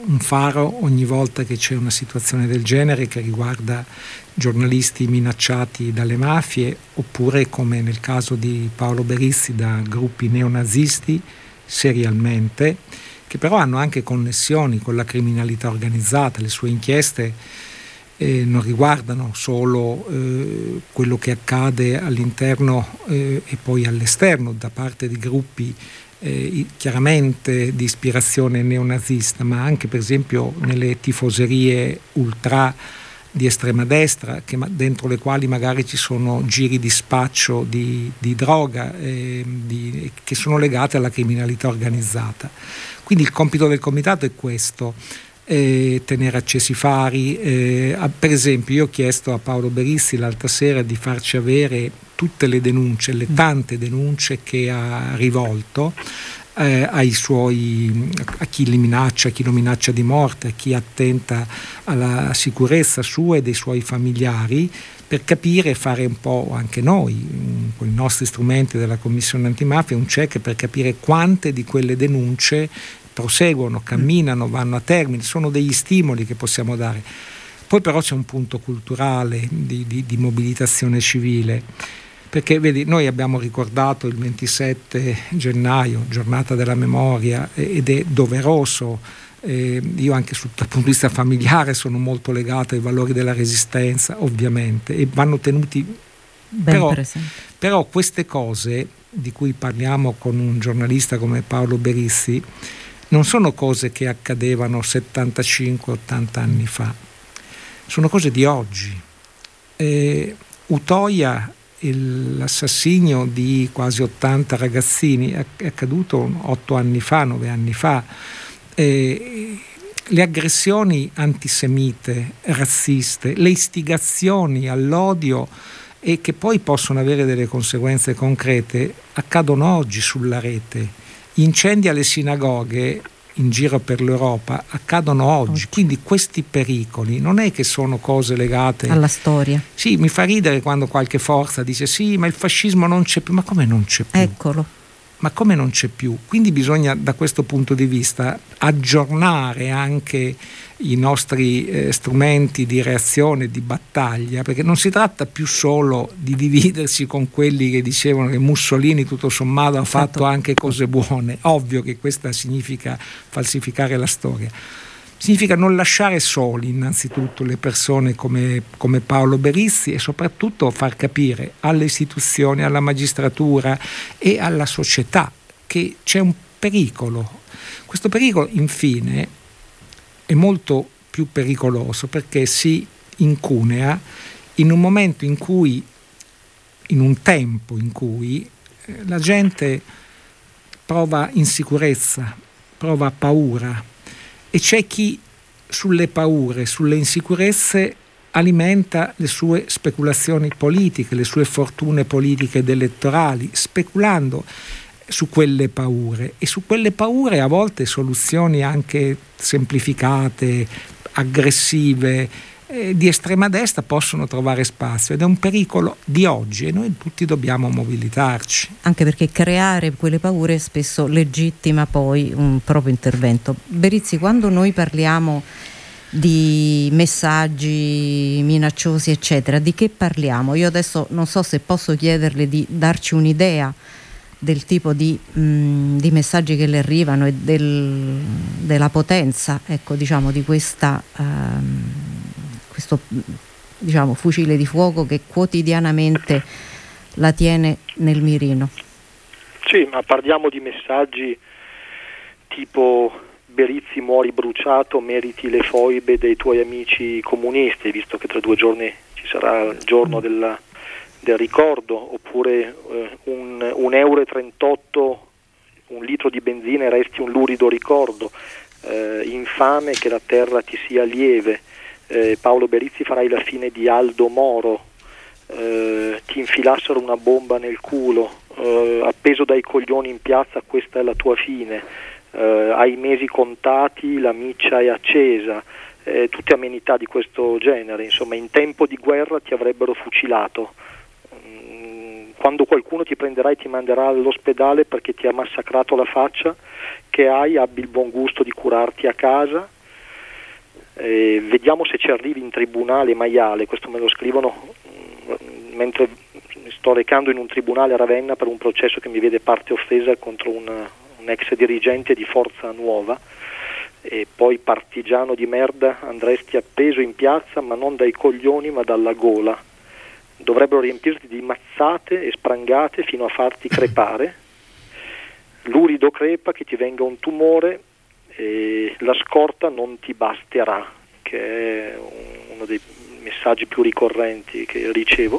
un faro ogni volta che c'è una situazione del genere che riguarda giornalisti minacciati dalle mafie, oppure come nel caso di Paolo Berizzi da gruppi neonazisti serialmente, che però hanno anche connessioni con la criminalità organizzata. Le sue inchieste eh, non riguardano solo eh, quello che accade all'interno eh, e poi all'esterno da parte di gruppi eh, chiaramente di ispirazione neonazista, ma anche per esempio nelle tifoserie ultra di estrema destra, che, dentro le quali magari ci sono giri di spaccio di, di droga eh, di, che sono legate alla criminalità organizzata. Quindi il compito del comitato è questo, eh, tenere accesi i fari. Eh, per esempio io ho chiesto a Paolo Berizzi l'altra sera di farci avere tutte le denunce, le tante denunce che ha rivolto Eh, ai suoi, a chi li minaccia, a chi lo minaccia di morte, a chi attenta alla sicurezza sua e dei suoi familiari, per capire e fare un po' anche noi, con i nostri strumenti della Commissione Antimafia, un check per capire quante di quelle denunce proseguono, camminano, vanno a termine. Sono degli stimoli che possiamo dare. Poi però c'è un punto culturale di, di, di mobilitazione civile. Perché vedi, noi abbiamo ricordato il ventisette gennaio, giornata della memoria, ed è doveroso. Eh, io anche dal punto di vista familiare sono molto legato ai valori della resistenza, ovviamente, e vanno tenuti ben però, presenti. Però queste cose di cui parliamo con un giornalista come Paolo Berizzi non sono cose che accadevano settantacinque ottanta anni fa, sono cose di oggi. Eh, Utoya, l'assassinio di quasi ottanta ragazzini, è accaduto otto anni fa, nove anni fa. Eh, le aggressioni antisemite, razziste, le istigazioni all'odio e che poi possono avere delle conseguenze concrete accadono oggi sulla rete. Gli incendi alle sinagoghe in giro per l'Europa accadono oggi, quindi questi pericoli non è che sono cose legate alla storia. Sì, mi fa ridere quando qualche forza dice sì, ma il fascismo non c'è più, ma come non c'è più? Eccolo. Ma come non c'è più? Quindi bisogna da questo punto di vista aggiornare anche i nostri eh, strumenti di reazione, di battaglia, perché non si tratta più solo di dividersi con quelli che dicevano che Mussolini tutto sommato ha fatto anche cose buone. Ovvio che questa significa falsificare la storia. Significa non lasciare soli innanzitutto le persone come, come Paolo Berizzi e soprattutto far capire alle istituzioni, alla magistratura e alla società che c'è un pericolo. Questo pericolo infine è molto più pericoloso perché si incunea in un momento in cui, in un tempo in cui la gente prova insicurezza, prova paura. E c'è chi sulle paure, sulle insicurezze alimenta le sue speculazioni politiche, le sue fortune politiche ed elettorali, speculando su quelle paure. E su quelle paure a volte soluzioni anche semplificate, aggressive, eh, di estrema destra possono trovare spazio ed è un pericolo di oggi e noi tutti dobbiamo mobilitarci. Anche perché creare quelle paure spesso legittima poi un proprio intervento. Berizzi, quando noi parliamo di messaggi minacciosi eccetera, di che parliamo? Io adesso non so se posso chiederle di darci un'idea del tipo di, mh, di messaggi che le arrivano e del, della potenza, ecco, diciamo, di questa um, questo diciamo fucile di fuoco che quotidianamente la tiene nel mirino. Sì, ma parliamo di messaggi tipo Berizzi muori bruciato, meriti le foibe dei tuoi amici comunisti, visto che tra due giorni ci sarà il giorno della, del ricordo, oppure eh, un, un euro e trentotto un litro di benzina e resti un lurido ricordo, eh, infame che la terra ti sia lieve, eh, Paolo Berizzi farai la fine di Aldo Moro, eh, ti infilassero una bomba nel culo, eh, appeso dai coglioni in piazza, questa è la tua fine, eh, hai mesi contati, la miccia è accesa, eh, tutte amenità di questo genere. Insomma, in tempo di guerra ti avrebbero fucilato. Quando qualcuno ti prenderà e ti manderà all'ospedale perché ti ha massacrato la faccia, che hai, abbi il buon gusto di curarti a casa, eh, vediamo se ci arrivi in tribunale maiale. Questo me lo scrivono mh, mentre mi sto recando in un tribunale a Ravenna per un processo che mi vede parte offesa contro un, un ex dirigente di Forza Nuova. E poi partigiano di merda, andresti appeso in piazza ma non dai coglioni ma dalla gola. Dovrebbero riempirti di mazzate e sprangate fino a farti crepare. L'urido crepa che ti venga un tumore e la scorta non ti basterà, che è uno dei messaggi più ricorrenti che ricevo.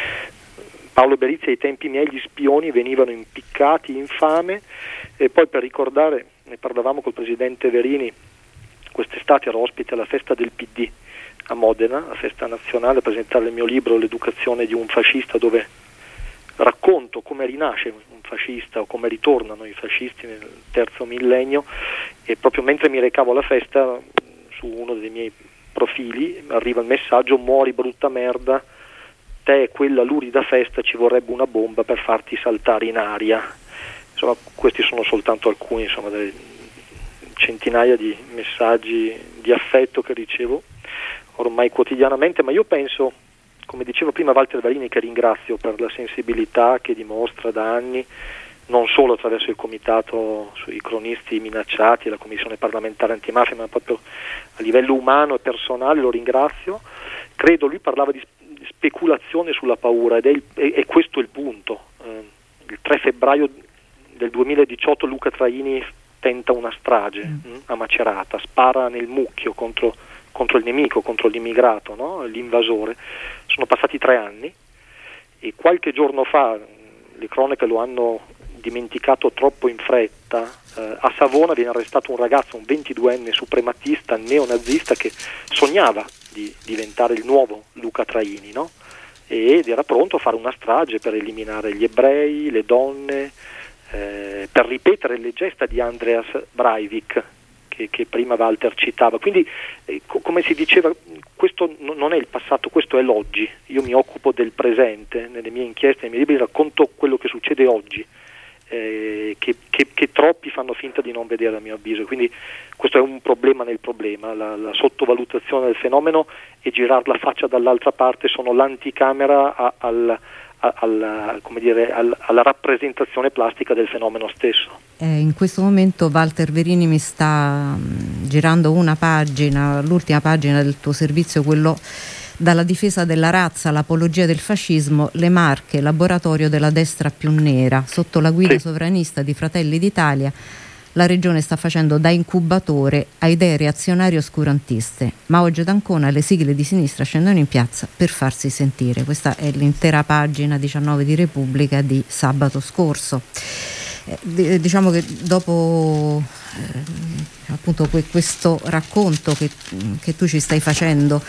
Paolo Berizzi: ai tempi miei gli spioni venivano impiccati infame. E poi, per ricordare, ne parlavamo col presidente Verini, quest'estate ero ospite alla festa del P D a Modena, la festa nazionale, a presentare il mio libro L'educazione di un fascista, dove racconto come rinasce un fascista o come ritornano i fascisti nel terzo millennio. E proprio mentre mi recavo alla festa, su uno dei miei profili arriva il messaggio: muori brutta merda, te e quella lurida festa ci vorrebbe una bomba per farti saltare in aria. Insomma, questi sono soltanto alcuni, insomma, delle centinaia di messaggi di affetto che ricevo ormai quotidianamente. Ma io penso, come diceva prima Walter Verini, che ringrazio per la sensibilità che dimostra da anni, non solo attraverso il comitato sui cronisti minacciati e la commissione parlamentare antimafia, ma proprio a livello umano e personale lo ringrazio. Credo, lui parlava di speculazione sulla paura ed è, il, è, è questo il punto. Eh, il tre febbraio del duemiladiciotto Luca Traini tenta una strage mm. mh, a Macerata, spara nel mucchio contro, contro il nemico, contro l'immigrato, no? L'invasore. Sono passati tre anni e qualche giorno fa, le cronache lo hanno dimenticato troppo in fretta, eh, a Savona viene arrestato un ragazzo, un ventiduenne suprematista neonazista che sognava di diventare il nuovo Luca Traini, no? Ed era pronto a fare una strage per eliminare gli ebrei, le donne, eh, per ripetere le gesta di Andreas Breivik che, che prima Walter citava. Quindi, eh, co- come si diceva, questo no- non è il passato, questo è l'oggi. Io mi occupo del presente, nelle mie inchieste, nei miei libri racconto quello che succede oggi, eh, che, che, che troppi fanno finta di non vedere, a mio avviso. Quindi questo è un problema nel problema, la, la sottovalutazione del fenomeno e girar la faccia dall'altra parte sono l'anticamera a, al, a, al, come dire, al, alla rappresentazione plastica del fenomeno stesso. Eh, in questo momento Walter Verini mi sta mh, girando una pagina, l'ultima pagina del tuo servizio, quello dalla difesa della razza, l'apologia del fascismo, le Marche, laboratorio della destra più nera. Sotto la guida sì. sovranista di Fratelli d'Italia, la regione sta facendo da incubatore a idee reazionarie oscurantiste, ma oggi ad Ancona le sigle di sinistra scendono in piazza per farsi sentire. Questa è l'intera pagina diciannove di Repubblica di sabato scorso. Eh, diciamo che dopo eh, appunto que- questo racconto che, che tu ci stai facendo,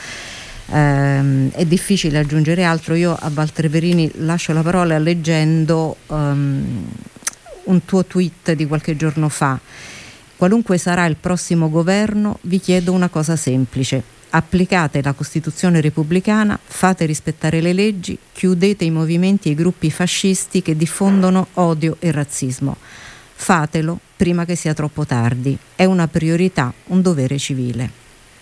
ehm, è difficile aggiungere altro. Io a Walter Verini lascio la parola leggendo um, un tuo tweet di qualche giorno fa: qualunque sarà il prossimo governo, vi chiedo una cosa semplice: applicate la Costituzione repubblicana, fate rispettare le leggi, chiudete i movimenti e i gruppi fascisti che diffondono odio e razzismo. Fatelo prima che sia troppo tardi. È una priorità, un dovere civile.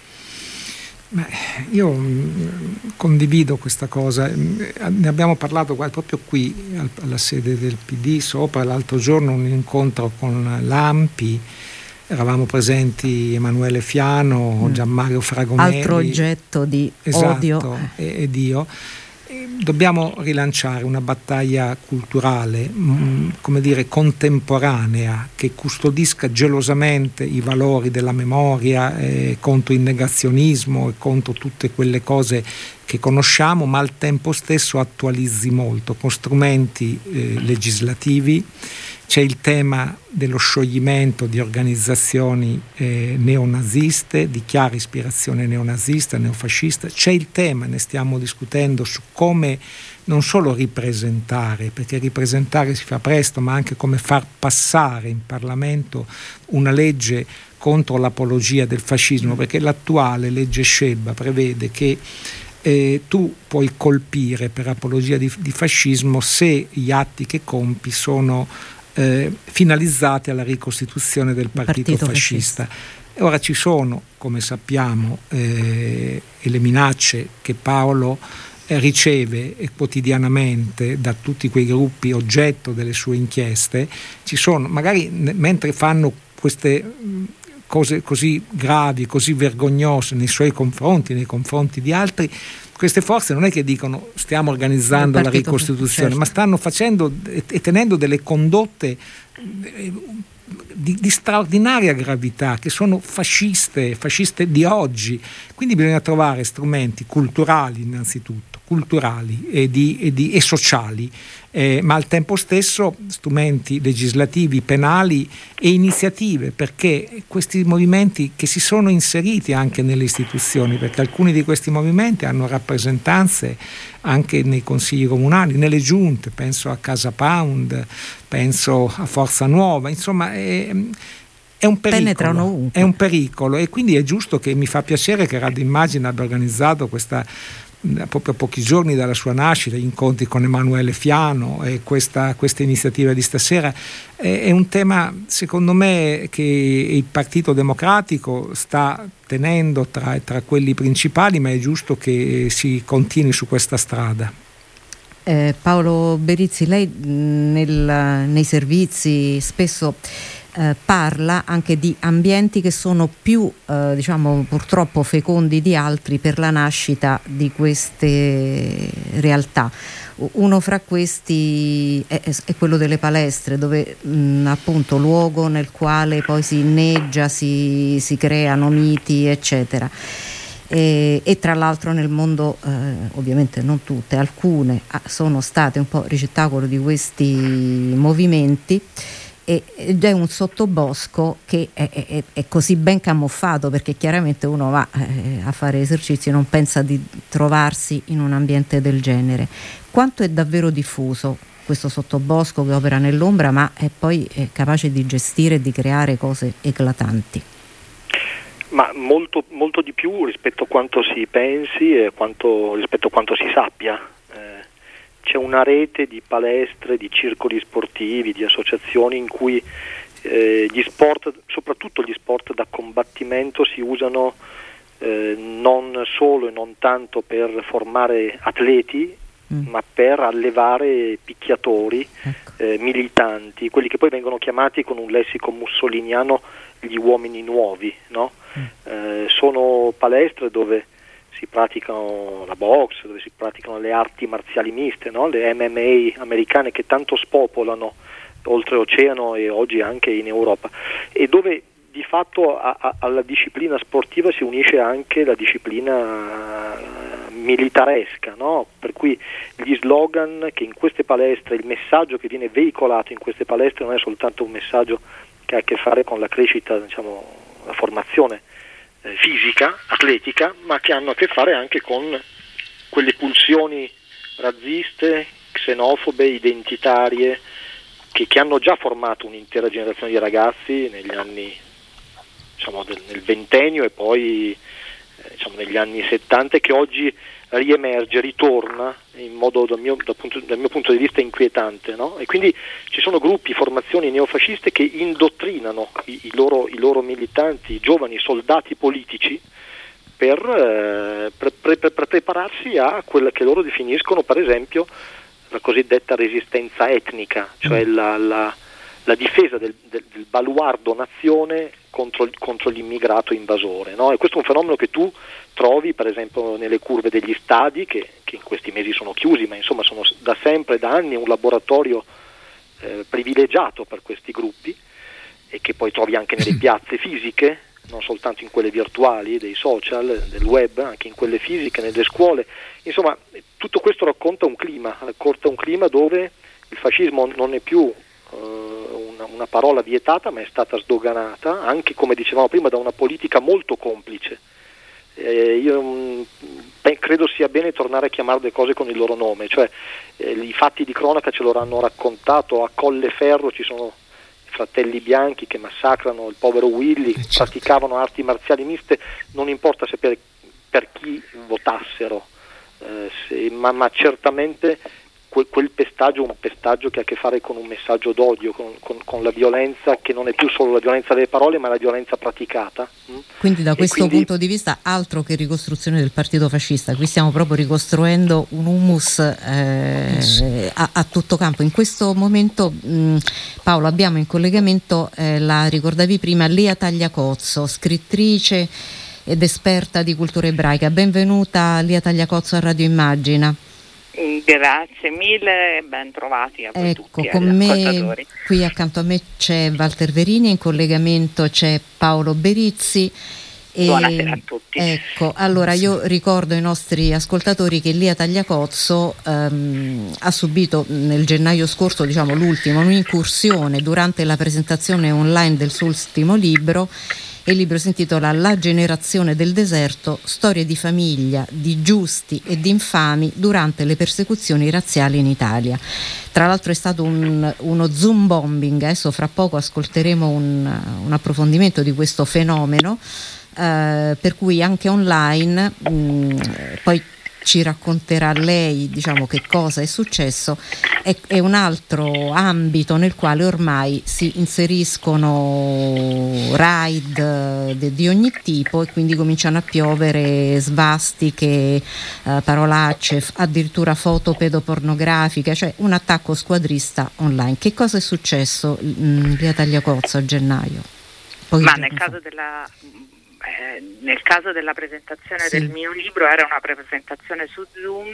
Beh, io mh, condivido questa cosa, ne abbiamo parlato proprio qui al, alla sede del P D sopra l'altro giorno, un incontro con l'Ampi, eravamo presenti Emanuele Fiano, mm. Gianmario Fragomelli, altro oggetto di esatto, odio e, ed io. Dobbiamo rilanciare una battaglia culturale, mh, come dire, contemporanea, che custodisca gelosamente i valori della memoria, eh, contro il negazionismo e contro tutte quelle cose che conosciamo, ma al tempo stesso attualizzi molto con strumenti eh, legislativi. C'è il tema dello scioglimento di organizzazioni eh, neonaziste, di chiara ispirazione neonazista, neofascista. C'è il tema, ne stiamo discutendo, su come non solo ripresentare, perché ripresentare si fa presto, ma anche come far passare in Parlamento una legge contro l'apologia del fascismo, perché l'attuale legge Scelba prevede che Eh, tu puoi colpire per apologia di, di fascismo se gli atti che compi sono eh, finalizzati alla ricostituzione del partito, partito fascista. fascista. E ora ci sono, come sappiamo, eh, e le minacce che Paolo eh, riceve quotidianamente da tutti quei gruppi oggetto delle sue inchieste, ci sono, magari n- mentre fanno queste mh, cose così gravi, così vergognose nei suoi confronti, nei confronti di altri, queste forze non è che dicono stiamo organizzando la ricostituzione, certo, ma stanno facendo e, e tenendo delle condotte di, di straordinaria gravità, che sono fasciste, fasciste di oggi. Quindi bisogna trovare strumenti culturali innanzitutto, culturali e, di, e, di, e sociali, eh, ma al tempo stesso strumenti legislativi, penali e iniziative, perché questi movimenti che si sono inseriti anche nelle istituzioni, perché alcuni di questi movimenti hanno rappresentanze anche nei consigli comunali, nelle giunte, penso a Casa Pound, penso a Forza Nuova, insomma è, è un pericolo, è un pericolo, e quindi è giusto, che mi fa piacere che Radio Immagine abbia organizzato questa, proprio a pochi giorni dalla sua nascita, gli incontri con Emanuele Fiano e questa, questa iniziativa di stasera. È, è un tema, secondo me, che il Partito Democratico sta tenendo tra, tra quelli principali, ma è giusto che si continui su questa strada. Eh, Paolo Berizzi, lei nel, nei servizi spesso Eh, parla anche di ambienti che sono più eh, diciamo purtroppo fecondi di altri per la nascita di queste realtà. Uno fra questi è, è quello delle palestre, dove mh, appunto luogo nel quale poi si inneggia, si, si creano miti eccetera. E, e tra l'altro nel mondo, eh, ovviamente non tutte, alcune sono state un po' ricettacolo di questi movimenti, ed è un sottobosco che è, è, è così ben camuffato, perché chiaramente uno va eh, a fare esercizi e non pensa di trovarsi in un ambiente del genere. Quanto è davvero diffuso questo sottobosco che opera nell'ombra, ma è poi è capace di gestire e di creare cose eclatanti? Ma molto, molto di più rispetto a quanto si pensi e quanto, rispetto a quanto si sappia. C'è una rete di palestre, di circoli sportivi, di associazioni in cui eh, gli sport, soprattutto gli sport da combattimento, si usano eh, non solo e non tanto per formare atleti, mm. ma per allevare picchiatori, ecco. eh, militanti, quelli che poi vengono chiamati con un lessico mussoliniano gli uomini nuovi, no? Mm. Eh, sono palestre dove si praticano la box, dove si praticano le arti marziali miste, no? Le M M A americane che tanto spopolano oltreoceano e oggi anche in Europa, e dove di fatto a, a, alla disciplina sportiva si unisce anche la disciplina militaresca, no? Per cui gli slogan che in queste palestre, il messaggio che viene veicolato in queste palestre non è soltanto un messaggio che ha a che fare con la crescita, diciamo, la formazione fisica, atletica, ma che hanno a che fare anche con quelle pulsioni razziste, xenofobe, identitarie, che, che hanno già formato un'intera generazione di ragazzi negli anni, diciamo, del, nel ventennio e poi eh, diciamo, negli anni settanta, che oggi riemerge, ritorna in modo, dal mio, dal punto, dal mio punto di vista, inquietante, no? E quindi ci sono gruppi, formazioni neofasciste che indottrinano i, i, loro, i loro militanti, i giovani soldati politici, per, eh, per, per, per prepararsi a quella che loro definiscono, per esempio, la cosiddetta resistenza etnica, cioè la, la, la difesa del, del, del baluardo nazione contro, contro l'immigrato invasore, no? E questo è un fenomeno che tu trovi per esempio nelle curve degli stadi, che, che in questi mesi sono chiusi, ma insomma sono da sempre, da anni, un laboratorio eh, privilegiato per questi gruppi, e che poi trovi anche nelle piazze fisiche, non soltanto in quelle virtuali, dei social, del web, anche in quelle fisiche, nelle scuole. Insomma, tutto questo racconta un clima, racconta un clima dove il fascismo non è più eh, una, una parola vietata, ma è stata sdoganata, anche, come dicevamo prima, da una politica molto complice. Eh, io mh, credo sia bene tornare a chiamare le cose con il loro nome, cioè eh, i fatti di cronaca ce lo hanno raccontato. A Colleferro ci sono i fratelli bianchi che massacrano il povero Willy, certo. praticavano arti marziali miste, non importa se per, per chi votassero, eh, se, ma, ma certamente que, quel pestaggio è un pestaggio che ha a che fare con un messaggio d'odio, con, con, con la violenza che non è più solo la violenza delle parole, ma la violenza praticata. Quindi da questo quindi, punto di vista altro che ricostruzione del partito fascista, qui stiamo proprio ricostruendo un humus eh, a, a tutto campo. In questo momento mh, Paolo, abbiamo in collegamento, eh, la ricordavi prima, Lia Tagliacozzo, scrittrice ed esperta di cultura ebraica. Benvenuta Lia Tagliacozzo a Radio Immagina. Grazie mille e ben trovati a voi ecco, tutti, con agli me, ascoltatori. qui accanto a me c'è Walter Verini, in collegamento c'è Paolo Berizzi. E, buonasera a tutti. Ecco, allora io ricordo ai nostri ascoltatori che Lia Tagliacozzo ehm, ha subito nel gennaio scorso, diciamo l'ultimo, un'incursione durante la presentazione online del suo ultimo libro. Il libro si intitola La generazione del deserto, storie di famiglia, di giusti e di infami durante le persecuzioni razziali in Italia. Tra l'altro è stato un, uno Zoom bombing, adesso fra poco ascolteremo un, un approfondimento di questo fenomeno, eh, per cui anche online, mh, poi ci racconterà lei, diciamo, che cosa è successo. È, è un altro ambito nel quale ormai si inseriscono raid de, di ogni tipo, e quindi cominciano a piovere svastiche, eh, parolacce, f- addirittura foto pedopornografiche, cioè un attacco squadrista online. Che cosa è successo in via Tagliacozzo a gennaio? Pochi Ma giorni nel fa. caso della eh, nel caso della presentazione Sì. del mio libro era una presentazione su Zoom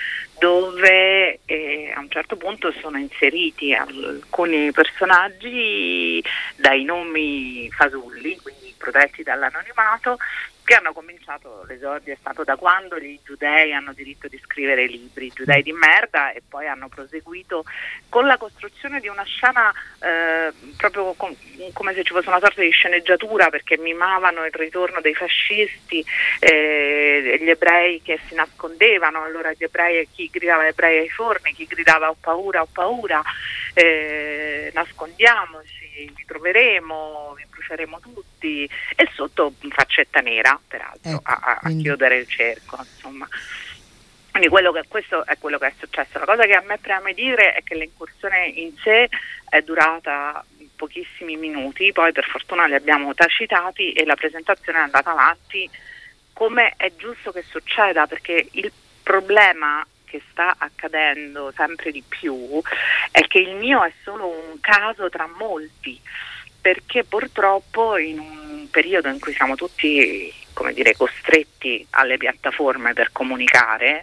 dove eh, a un certo punto sono inseriti alcuni personaggi dai nomi fasulli, quindi protetti dall'anonimato, che hanno cominciato, l'esordio è stato da quando gli giudei hanno diritto di scrivere libri, giudei di merda, e poi hanno proseguito con la costruzione di una scena eh, proprio com- come se ci fosse una sorta di sceneggiatura, perché mimavano il ritorno dei fascisti, eh, gli ebrei che si nascondevano, allora gli ebrei, chi gridava ebrei ai forni, chi gridava ho paura, ho paura, eh, nascondiamoci, vi troveremo, vi bruceremo tutti, e sotto faccetta nera, peraltro, Ecco, a, a quindi... chiudere il cerco, insomma. Quindi quello che, questo è quello che è successo. La cosa che a me preme dire è che l'incursione in sé è durata pochissimi minuti, poi per fortuna li abbiamo tacitati e la presentazione è andata avanti come è giusto che succeda, perché il problema che sta accadendo sempre di più è che il mio è solo un caso tra molti, perché purtroppo in un periodo in cui siamo tutti, come dire, costretti alle piattaforme per comunicare,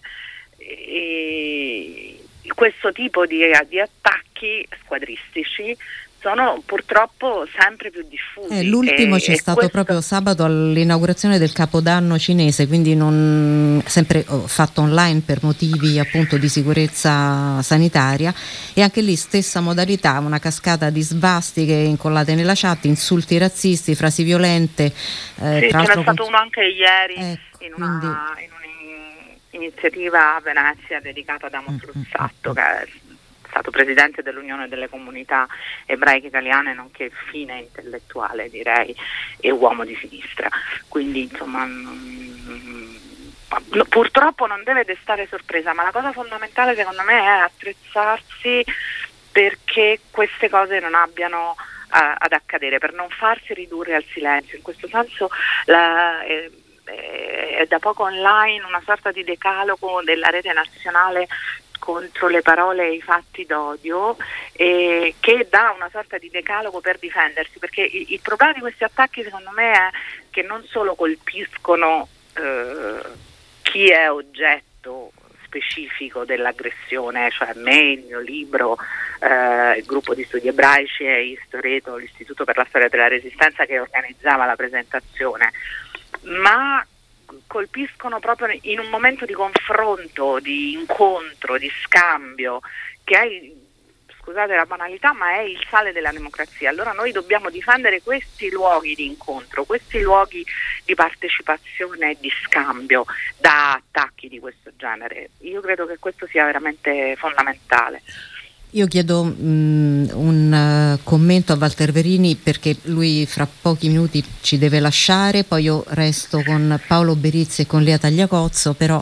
e questo tipo di, di attacchi squadristici sono purtroppo sempre più diffusi. Eh, l'ultimo e, c'è e stato questo... proprio sabato all'inaugurazione del Capodanno cinese, quindi non sempre oh, fatto online per motivi appunto di sicurezza sanitaria, e anche lì stessa modalità, una cascata di svastiche incollate nella chat, insulti razzisti, frasi violente. Eh, sì, tra ce l'altro n'è stato con... uno anche ieri, ecco, in, una, quindi... in un'iniziativa a Venezia dedicata ad Amos Luzzatto, che è stato presidente dell'Unione delle Comunità Ebraiche Italiane, nonché fine intellettuale, direi, e uomo di sinistra. Quindi insomma mh, purtroppo non deve destare sorpresa, ma la cosa fondamentale secondo me è attrezzarsi perché queste cose non abbiano uh, ad accadere, per non farsi ridurre al silenzio. In questo senso la, eh, è da poco online una sorta di decalogo della rete nazionale contro le parole e i fatti d'odio, eh, che dà una sorta di decalogo per difendersi, perché il, il problema di questi attacchi secondo me è che non solo colpiscono eh, chi è oggetto specifico dell'aggressione, cioè me, il mio libro, eh, il gruppo di studi ebraici e Istoreto, l'Istituto per la Storia della Resistenza che organizzava la presentazione, ma colpiscono proprio in un momento di confronto, di incontro, di scambio, che è, scusate la banalità, ma è il sale della democrazia. Allora noi dobbiamo difendere questi luoghi di incontro, questi luoghi di partecipazione e di scambio da attacchi di questo genere. Io credo che questo sia veramente fondamentale. Io chiedo mh, un uh, commento a Walter Verini, perché lui fra pochi minuti ci deve lasciare, poi io resto con Paolo Berizzi e con Lia Tagliacozzo, però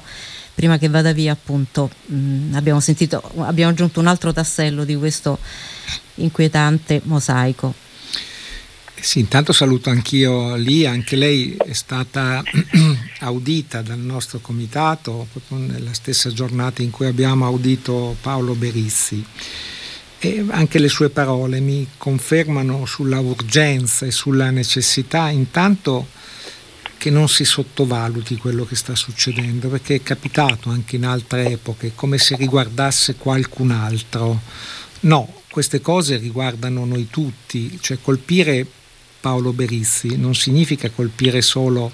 prima che vada via, appunto, mh, abbiamo sentito, abbiamo aggiunto un altro tassello di questo inquietante mosaico. Sì, intanto saluto anch'io Lia, anche lei è stata audita dal nostro comitato proprio nella stessa giornata in cui abbiamo audito Paolo Berizzi, e anche le sue parole mi confermano sulla urgenza e sulla necessità intanto che non si sottovaluti quello che sta succedendo, perché è capitato anche in altre epoche, come se riguardasse qualcun altro. No, queste cose riguardano noi tutti, cioè colpire Paolo Berizzi non significa colpire solo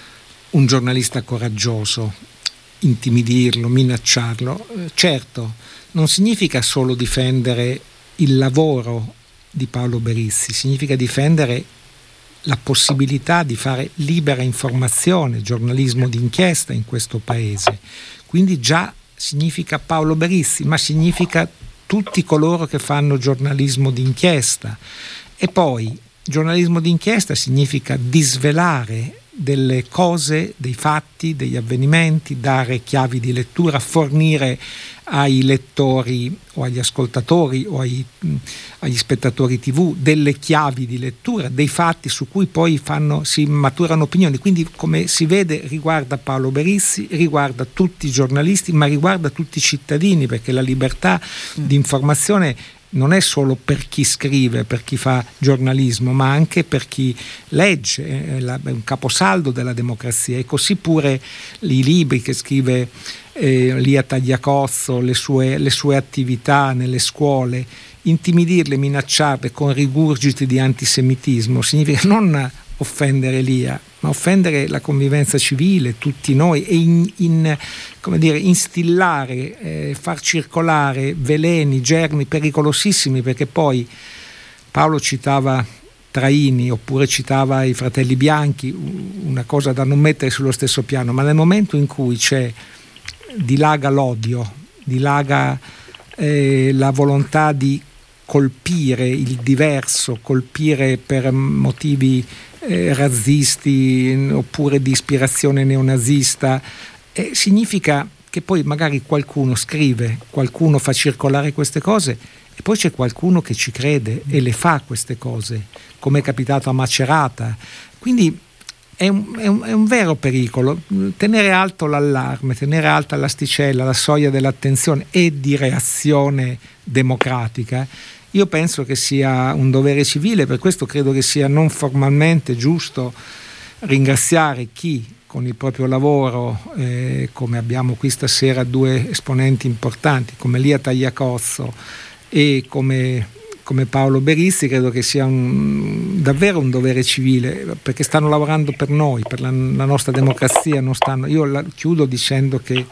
un giornalista coraggioso, intimidirlo, minacciarlo. Certo, non significa solo difendere il lavoro di Paolo Berizzi, significa difendere la possibilità di fare libera informazione, giornalismo d'inchiesta in questo paese. Quindi già significa Paolo Berizzi, ma significa tutti coloro che fanno giornalismo d'inchiesta. E poi giornalismo d'inchiesta significa disvelare delle cose, dei fatti, degli avvenimenti, dare chiavi di lettura, fornire ai lettori o agli ascoltatori o ai, agli spettatori tivù delle chiavi di lettura, dei fatti su cui poi fanno, si maturano opinioni. Quindi, come si vede, riguarda Paolo Berizzi, riguarda tutti i giornalisti, ma riguarda tutti i cittadini, perché la libertà mm. di informazione non è solo per chi scrive, per chi fa giornalismo, ma anche per chi legge, è, la, è un caposaldo della democrazia. E così pure i libri che scrive eh, Lia Tagliacozzo, le sue, le sue attività nelle scuole, intimidirle, minacciarle con rigurgiti di antisemitismo significa non offendere Lia, ma offendere la convivenza civile, tutti noi, e in, in, come dire, instillare, eh, far circolare veleni, germi pericolosissimi, perché poi Paolo citava Traini oppure citava i Fratelli Bianchi, una cosa da non mettere sullo stesso piano, ma nel momento in cui c'è dilaga l'odio, dilaga eh, la volontà di colpire il diverso, colpire per motivi eh, razzisti oppure di ispirazione neonazista, eh, significa che poi magari qualcuno scrive, qualcuno fa circolare queste cose e poi c'è qualcuno che ci crede e le fa queste cose, come è capitato a Macerata. Quindi è un, è un, è un vero pericolo tenere alto l'allarme, tenere alta l'asticella, la soglia dell'attenzione e di reazione democratica. Io penso che sia un dovere civile, per questo credo che sia non formalmente giusto ringraziare chi con il proprio lavoro, eh, come abbiamo qui stasera due esponenti importanti come Lia Tagliacozzo e come, come Paolo Berizzi, credo che sia un, davvero un dovere civile, perché stanno lavorando per noi, per la, la nostra democrazia. Non stanno, io la, chiudo dicendo che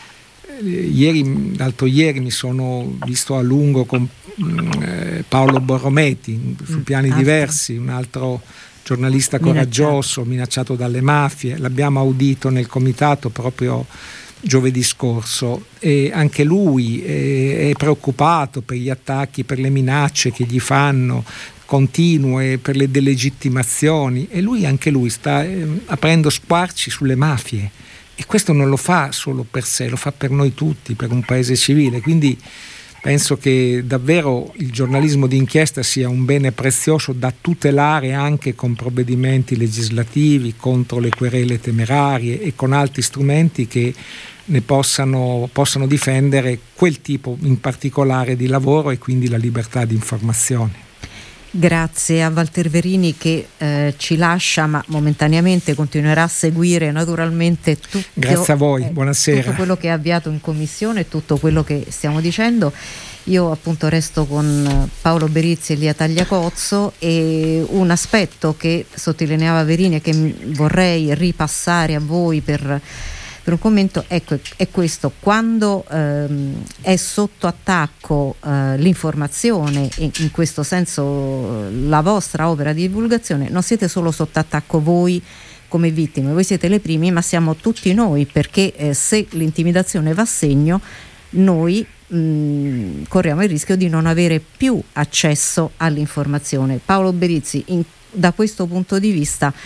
Ieri, l'altro ieri mi sono visto a lungo con eh, Paolo Borrometi su piani mm, diversi, un altro giornalista coraggioso, minacciato. minacciato dalle mafie. L'abbiamo audito nel comitato proprio giovedì scorso e anche lui è, è preoccupato per gli attacchi, per le minacce che gli fanno continue, per le delegittimazioni, e lui anche lui sta eh, aprendo squarci sulle mafie. E questo non lo fa solo per sé, lo fa per noi tutti, per un paese civile. Quindi penso che davvero il giornalismo d'inchiesta sia un bene prezioso da tutelare anche con provvedimenti legislativi contro le querele temerarie e con altri strumenti che ne possano, possano difendere quel tipo in particolare di lavoro e quindi la libertà di informazione. Grazie a Walter Verini che eh, ci lascia, ma momentaneamente continuerà a seguire naturalmente tutto, Grazie a voi, eh, buonasera. tutto quello che è avviato in commissione e tutto quello che stiamo dicendo. Io appunto resto con Paolo Berizzi e Lia Tagliacozzo, e un aspetto che sottolineava Verini e che vorrei ripassare a voi per Per un commento, ecco, è questo: quando ehm, è sotto attacco eh, l'informazione e in questo senso la vostra opera di divulgazione, non siete solo sotto attacco voi come vittime, voi siete le primi, ma siamo tutti noi, perché eh, se l'intimidazione va a segno, noi mh, corriamo il rischio di non avere più accesso all'informazione. Paolo Berizzi, in, da questo punto di vista,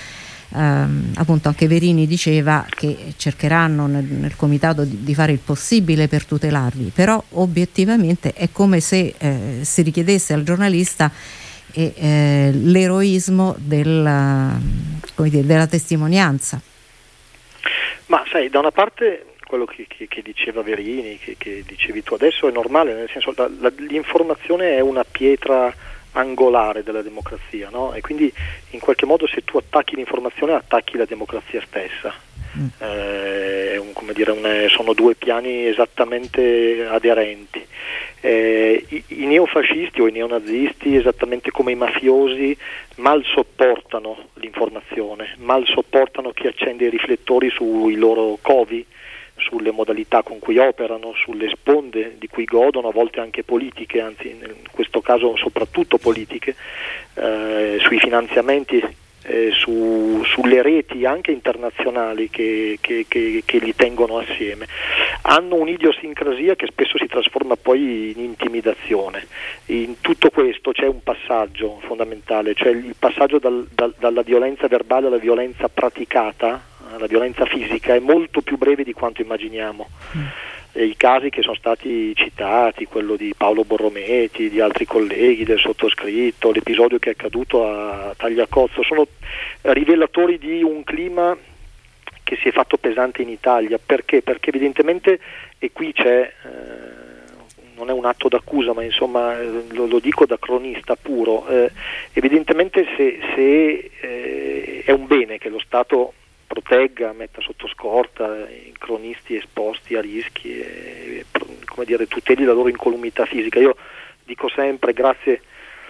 ehm, appunto anche Verini diceva che cercheranno nel, nel comitato di, di fare il possibile per tutelarli, però obiettivamente è come se eh, si richiedesse al giornalista e, eh, l'eroismo del, come dire, della testimonianza. Ma sai, da una parte quello che, che, che diceva Verini, che, che dicevi tu adesso, è normale, nel senso la, la, l'informazione è una pietra angolare della democrazia, no? E quindi in qualche modo se tu attacchi l'informazione attacchi la democrazia stessa. Mm. Eh, un, come dire, un, sono due piani esattamente aderenti. Eh, i, i neofascisti o i neonazisti, esattamente come i mafiosi, mal sopportano l'informazione, mal sopportano chi accende i riflettori sui loro covi, sulle modalità con cui operano, sulle sponde di cui godono, a volte anche politiche, anzi in questo caso soprattutto politiche, eh, sui finanziamenti, eh, su, sulle reti anche internazionali che, che, che, che li tengono assieme. Hanno un'idiosincrasia che spesso si trasforma poi in intimidazione. In tutto questo c'è un passaggio fondamentale, cioè il passaggio dal, dal, dalla violenza verbale alla violenza praticata. La violenza fisica è molto più breve di quanto immaginiamo. Mm. E i casi che sono stati citati, quello di Paolo Borrometi, di altri colleghi, del sottoscritto, l'episodio che è accaduto a Tagliacozzo, sono rivelatori di un clima che si è fatto pesante in Italia. Perché? Perché evidentemente, e qui c'è, eh, non è un atto d'accusa, ma insomma lo, lo dico da cronista puro, eh, evidentemente se, se eh, è un bene che lo Stato protegga, metta sotto scorta i cronisti esposti a rischi e, come dire, tuteli la loro incolumità fisica. Io dico sempre grazie,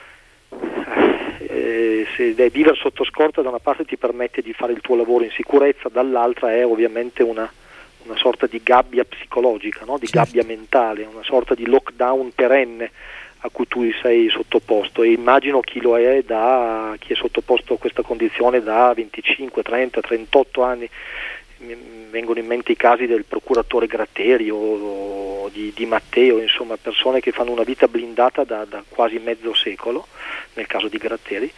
eh, se dai vivere sotto scorta da una parte ti permette di fare il tuo lavoro in sicurezza, dall'altra è ovviamente una, una sorta di gabbia psicologica, no? Di certo. gabbia mentale, una sorta di lockdown perenne a cui tu sei sottoposto, e immagino chi lo è da chi è sottoposto a questa condizione da venticinque, trenta, trentotto anni. Mi vengono in mente i casi del procuratore Gratteri o di, di Matteo, insomma persone che fanno una vita blindata da, da quasi mezzo secolo, nel caso di Gratteri.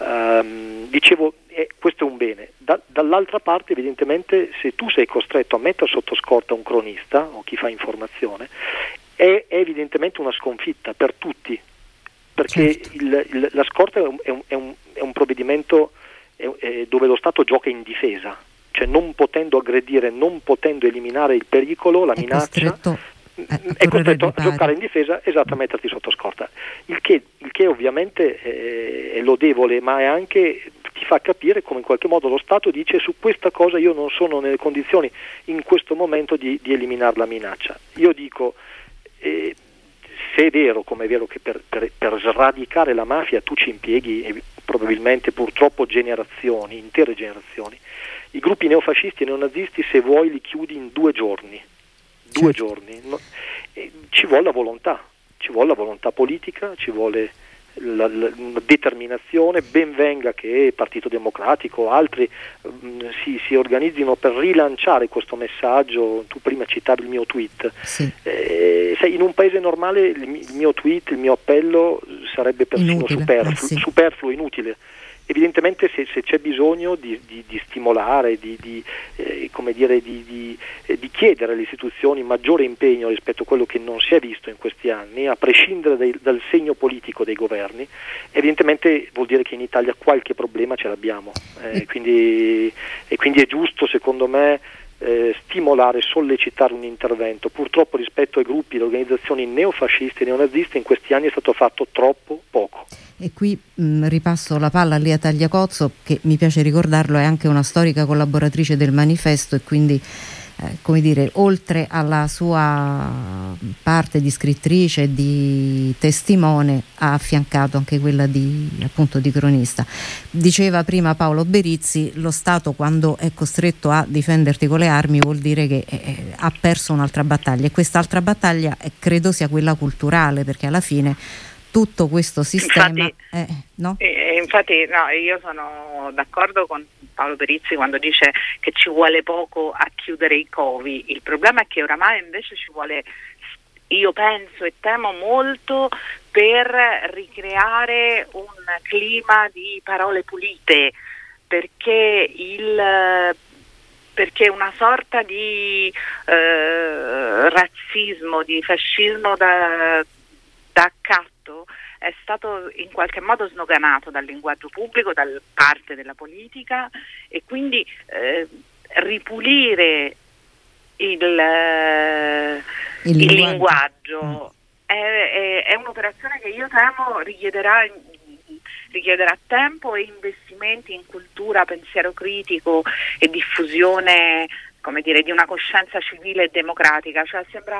Um, dicevo, eh, questo è un bene. Da, dall'altra parte evidentemente se tu sei costretto a mettere sotto scorta un cronista o chi fa informazione, è evidentemente una sconfitta per tutti, perché certo. il, il, la scorta è un, è un, è un provvedimento è, è dove lo Stato gioca in difesa, cioè non potendo aggredire, non potendo eliminare il pericolo, la è minaccia, costretto a, è costretto a giocare in difesa, esatto, a metterti sotto scorta, il che, il che ovviamente è, è lodevole, ma è anche ti fa capire come in qualche modo lo Stato dice: su questa cosa io non sono nelle condizioni in questo momento di, di eliminare la minaccia. Io dico, Eh, se è vero, come è vero che per, per, per sradicare la mafia tu ci impieghi eh, probabilmente purtroppo generazioni, intere generazioni, i gruppi neofascisti e neonazisti se vuoi li chiudi in due giorni, due certo. giorni, no? Eh, ci vuole la volontà, ci vuole la volontà politica, ci vuole la, la, una determinazione. Ben venga che il Partito Democratico o altri mh, si, si organizzino per rilanciare questo messaggio. Tu prima citavi il mio tweet, sì. eh, sai, in un paese normale il, il mio tweet, il mio appello sarebbe persino inutile, superfluo, eh, sì. superfluo, inutile. Evidentemente se, se c'è bisogno di, di, di stimolare, di, di, eh, come dire, di, di, eh, di chiedere alle istituzioni maggiore impegno rispetto a quello che non si è visto in questi anni, a prescindere dai, dal segno politico dei governi, evidentemente vuol dire che in Italia qualche problema ce l'abbiamo, eh, quindi, e quindi è giusto secondo me eh, stimolare, sollecitare un intervento. Purtroppo rispetto ai gruppi, alle organizzazioni neofasciste e neonaziste in questi anni è stato fatto troppo poco. E qui mh, ripasso la palla lì a Tagliacozzo, che mi piace ricordarlo è anche una storica collaboratrice del Manifesto e quindi eh, come dire, oltre alla sua parte di scrittrice e di testimone ha affiancato anche quella di appunto di cronista. Diceva prima Paolo Berizzi, lo Stato quando è costretto a difenderti con le armi vuol dire che eh, ha perso un'altra battaglia, e quest'altra battaglia eh, credo sia quella culturale, perché alla fine tutto questo sistema infatti, eh, no? Eh, infatti no, io sono d'accordo con Paolo Berizzi quando dice che ci vuole poco a chiudere i covi. Il problema è che oramai invece ci vuole, io penso e temo molto, per ricreare un clima di parole pulite, perché il perché una sorta di eh, razzismo, di fascismo da, da accatto è stato in qualche modo snoganato dal linguaggio pubblico, da parte della politica, e quindi eh, ripulire il, il, il linguaggio, linguaggio è, è, è un'operazione che io temo richiederà richiederà tempo e investimenti in cultura, pensiero critico e diffusione, come dire, di una coscienza civile e democratica. Cioè sembra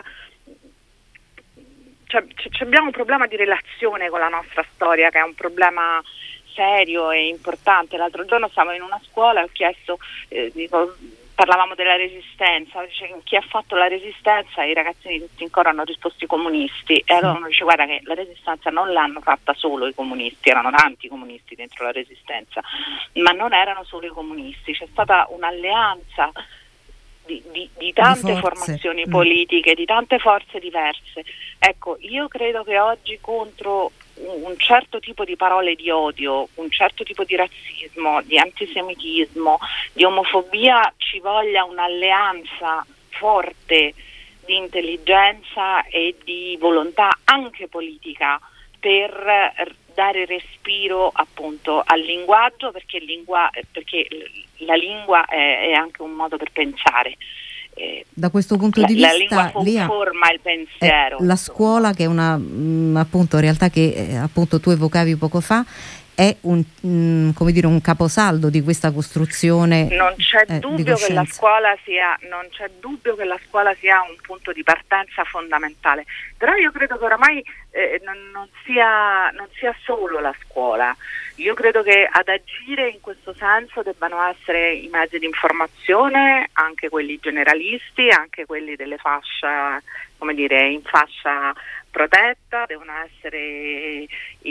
cioè, c- abbiamo un problema di relazione con la nostra storia, che è un problema serio e importante. L'altro giorno stavo in una scuola e ho chiesto, eh, dico, parlavamo della resistenza, dice, chi ha fatto la resistenza? I ragazzini tutti in coro hanno risposto i comunisti, e allora uno dice guarda che la resistenza non l'hanno fatta solo i comunisti, erano tanti comunisti dentro la resistenza, ma non erano solo i comunisti, c'è stata un'alleanza di, di, di tante di formazioni mm. politiche, di tante forze diverse. Ecco, io credo che oggi contro un certo tipo di parole di odio, un certo tipo di razzismo, di antisemitismo, di omofobia ci voglia un'alleanza forte di intelligenza e di volontà anche politica per dare respiro appunto al linguaggio, perché, lingua, perché la lingua è, è anche un modo per pensare. Da questo punto la, di vista la lingua conforma il pensiero. La scuola, che è una mh, appunto realtà che eh, appunto tu evocavi poco fa, è un, mh, come dire, un caposaldo di questa costruzione. Non c'è eh, dubbio che la scuola sia non c'è dubbio che la scuola sia un punto di partenza fondamentale, però io credo che oramai eh, non, non sia non sia solo la scuola. Io credo che ad agire in questo senso debbano essere i mezzi di informazione, anche quelli generalisti, anche quelli delle fasce, come dire, in fascia protetta, devono essere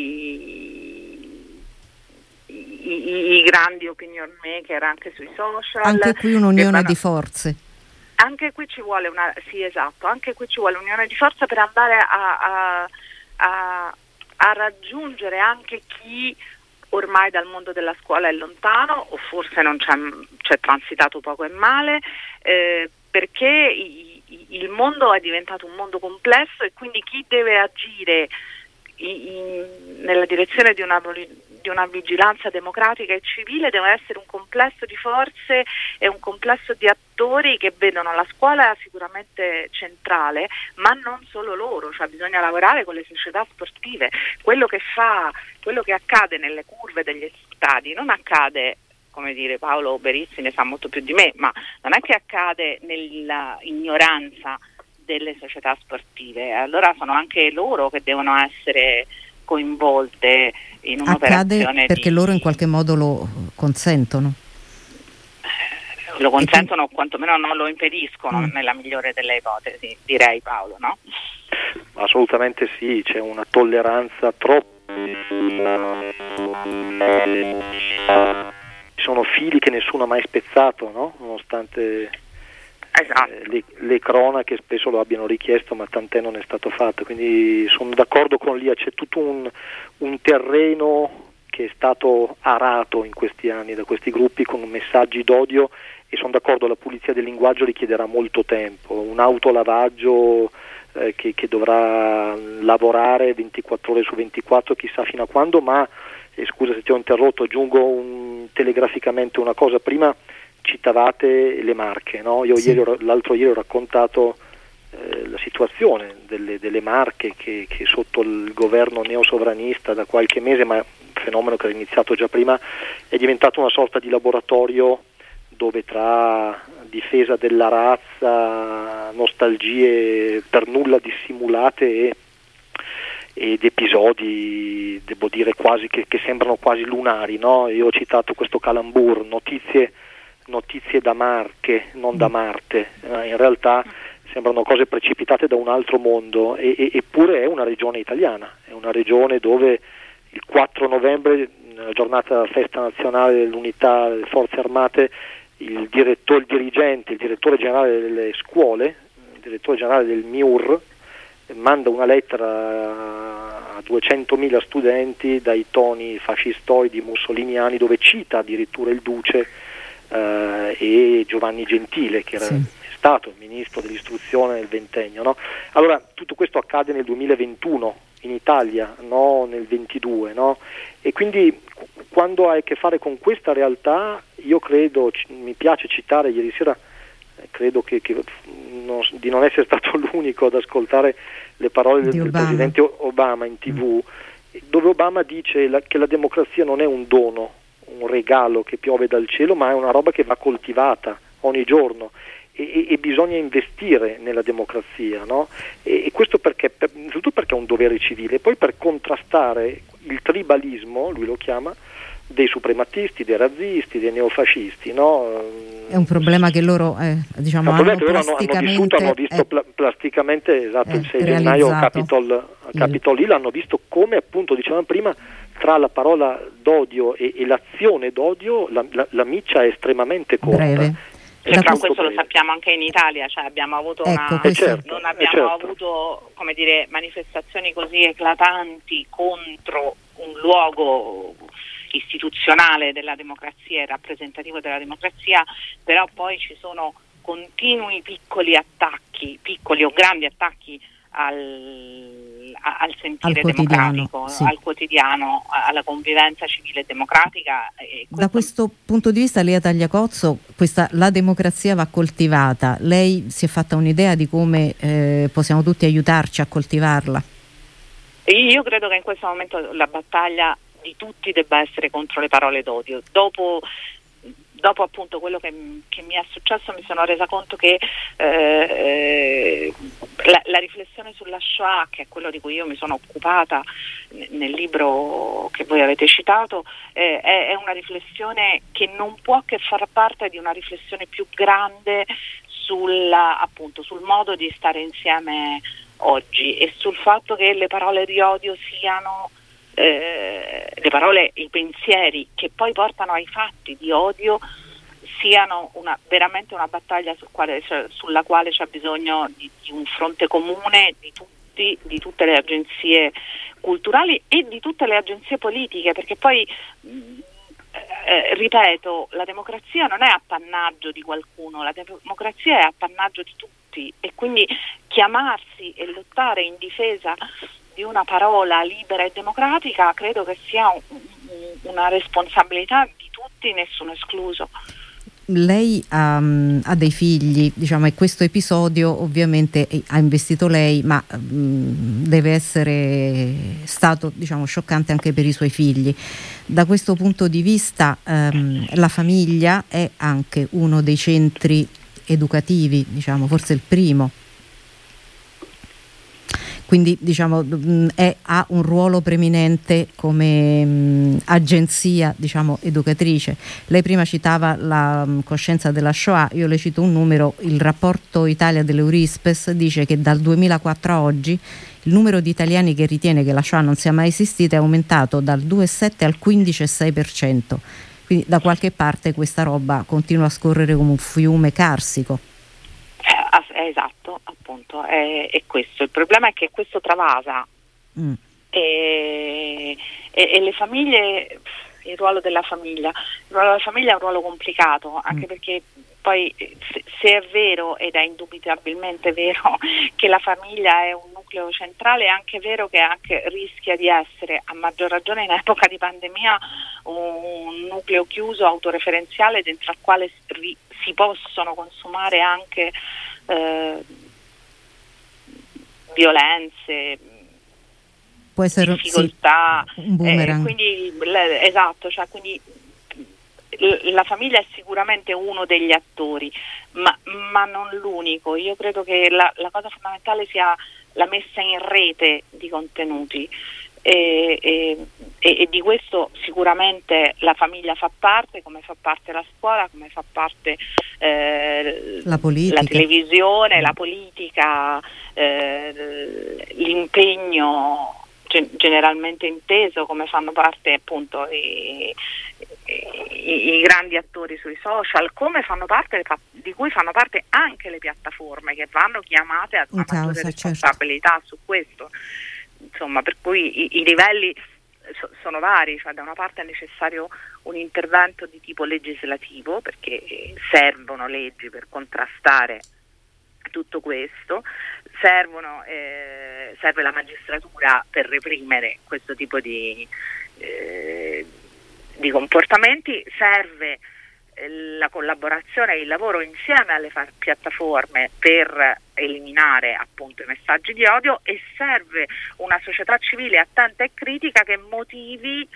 i, i, i grandi opinion maker anche sui social. Anche qui un'unione debbano, di forze. Anche qui ci vuole una sì esatto, anche qui ci vuole un'unione di forze per andare a, a, a, a raggiungere anche chi ormai dal mondo della scuola è lontano, o forse non c'è, c'è transitato poco e male, eh, perché i, i, il mondo è diventato un mondo complesso, e quindi chi deve agire in, in, nella direzione di una, di una vigilanza democratica e civile deve essere un complesso di forze e un complesso di attori che vedono la scuola sicuramente centrale, ma non solo loro, cioè bisogna lavorare con le società sportive. Quello che fa, quello che accade nelle curve degli stadi non accade, come dire, Paolo Berizzi ne sa molto più di me, ma non è che accade nella ignoranza delle società sportive. Allora sono anche loro che devono essere coinvolte in un'operazione. Accade perché di... loro in qualche modo lo consentono. Lo consentono o quantomeno non lo impediscono, mm. nella migliore delle ipotesi, direi, Paolo, no? Assolutamente sì, c'è una tolleranza troppo. Ci sono fili che nessuno ha mai spezzato, no? Nonostante esatto. eh, le, le cronache spesso lo abbiano richiesto, ma tant'è non è stato fatto. Quindi sono d'accordo con Lia, c'è tutto un, un terreno che è stato arato in questi anni da questi gruppi con messaggi d'odio, e sono d'accordo, la pulizia del linguaggio richiederà molto tempo, un autolavaggio eh, che, che dovrà lavorare ventiquattro ore su ventiquattro, chissà fino a quando, ma eh, scusa se ti ho interrotto, aggiungo un, telegraficamente una cosa. Prima citavate le Marche, no? Io sì. ieri, l'altro ieri ho raccontato eh, la situazione delle, delle Marche che, che sotto il governo neosovranista da qualche mese, ma fenomeno che era iniziato già prima, è diventato una sorta di laboratorio dove tra difesa della razza, nostalgie per nulla dissimulate e, ed episodi, devo dire, quasi che, che sembrano quasi lunari, no? Io ho citato questo calambur, notizie, notizie da Marche, non da Marte, eh, in realtà sembrano cose precipitate da un altro mondo, e, e, eppure è una regione italiana, è una regione dove il quattro novembre, nella giornata festa nazionale dell'unità delle forze armate, il direttore, il dirigente, il direttore generale delle scuole, il direttore generale del M I U R, manda una lettera a duecentomila studenti dai toni fascistoidi mussoliniani, dove cita addirittura il Duce eh, e Giovanni Gentile, che era sì. stato il ministro dell'istruzione nel ventennio, no? Allora tutto questo accade nel duemilaventuno in Italia, no? Nel ventidue, no? E quindi quando hai a che fare con questa realtà, io credo, mi piace citare ieri sera, credo che, che non, di non essere stato l'unico ad ascoltare le parole del, del presidente Obama in tivù, mm. dove Obama dice la, che la democrazia non è un dono, un regalo che piove dal cielo, ma è una roba che va coltivata ogni giorno. E, e bisogna investire nella democrazia, no? E, e questo perché, per, innanzitutto perché è un dovere civile, poi per contrastare il tribalismo, lui lo chiama, dei suprematisti, dei razzisti, dei neofascisti, no? È un problema che loro eh, diciamo hanno plasticamente hanno vissuto, hanno visto pla- plasticamente, esatto, il sei gennaio a Capitol, Capitol Hill, hanno visto come, appunto, dicevamo prima, tra la parola d'odio e, e l'azione d'odio la, la, la miccia è estremamente corta. Breve. Cioè, questo, questo lo sappiamo anche in Italia, cioè abbiamo avuto ecco, una, certo, non abbiamo certo. avuto, come dire, manifestazioni così eclatanti contro un luogo istituzionale della democrazia e rappresentativo della democrazia, però poi ci sono continui piccoli attacchi, piccoli o grandi attacchi al, al sentire al democratico, sì. al quotidiano, alla convivenza civile e democratica. E questo... Da questo punto di vista, Lea Tagliacozzo, questa, la democrazia va coltivata. Lei si è fatta un'idea di come eh, possiamo tutti aiutarci a coltivarla? Io credo che in questo momento la battaglia di tutti debba essere contro le parole d'odio. Dopo Dopo appunto quello che, che mi è successo, mi sono resa conto che eh, la, la riflessione sulla Shoah, che è quello di cui io mi sono occupata nel libro che voi avete citato, eh, è, è una riflessione che non può che far parte di una riflessione più grande sulla, appunto, sul modo di stare insieme oggi e sul fatto che le parole di odio siano Eh, le parole, i pensieri che poi portano ai fatti di odio siano una, veramente una battaglia sul quale, cioè, sulla quale c'è bisogno di, di un fronte comune di tutti, di tutte le agenzie culturali e di tutte le agenzie politiche, perché poi mh, eh, ripeto, la democrazia non è appannaggio di qualcuno, la democrazia è appannaggio di tutti e quindi chiamarsi e lottare in difesa di una parola libera e democratica credo che sia un, un, una responsabilità di tutti, nessuno escluso. Lei ha, ha dei figli, diciamo, e questo episodio ovviamente ha investito lei, ma mh, deve essere stato, diciamo, scioccante anche per i suoi figli. Da questo punto di vista ehm, la famiglia è anche uno dei centri educativi, diciamo, forse il primo. Quindi, diciamo, è, ha un ruolo preminente come mh, agenzia, diciamo, educatrice. Lei prima citava la mh, coscienza della Shoah, io le cito un numero: il rapporto Italia dell'Eurispes dice che dal duemilaquattro a oggi il numero di italiani che ritiene che la Shoah non sia mai esistita è aumentato dal due virgola sette al quindici virgola sei per cento. Quindi da qualche parte questa roba continua a scorrere come un fiume carsico. Eh, esatto, appunto, è, è questo. Il problema è che questo travasa mm. e, e, e le famiglie, il ruolo della famiglia, il ruolo della famiglia è un ruolo complicato, anche mm. perché poi se, se è vero, ed è indubitabilmente vero, che la famiglia è un nucleo centrale, è anche vero che anche rischia di essere, a maggior ragione in epoca di pandemia, un nucleo chiuso, autoreferenziale, dentro al quale ri, si possono consumare anche eh, violenze, può essere, difficoltà, sì, un boomerang. Eh, quindi, esatto, cioè, quindi la famiglia è sicuramente uno degli attori, ma, ma non l'unico. Io credo che la, la cosa fondamentale sia la messa in rete di contenuti e, e, e di questo sicuramente la famiglia fa parte, come fa parte la scuola, come fa parte eh, la politica, la televisione, la politica, eh, l'impegno generalmente inteso, come fanno parte appunto i, i, i grandi attori sui social, come fanno parte, di cui fanno parte anche le piattaforme che vanno chiamate a una maggiore responsabilità, certo, su questo. insomma, per cui i, i livelli so, sono vari, cioè da una parte è necessario un intervento di tipo legislativo, perché servono leggi per contrastare tutto questo, servono, eh, serve la magistratura per reprimere questo tipo di, eh, di comportamenti, serve la collaborazione e il lavoro insieme alle fa- piattaforme per eliminare appunto i messaggi di odio, e serve una società civile attenta e critica che motivi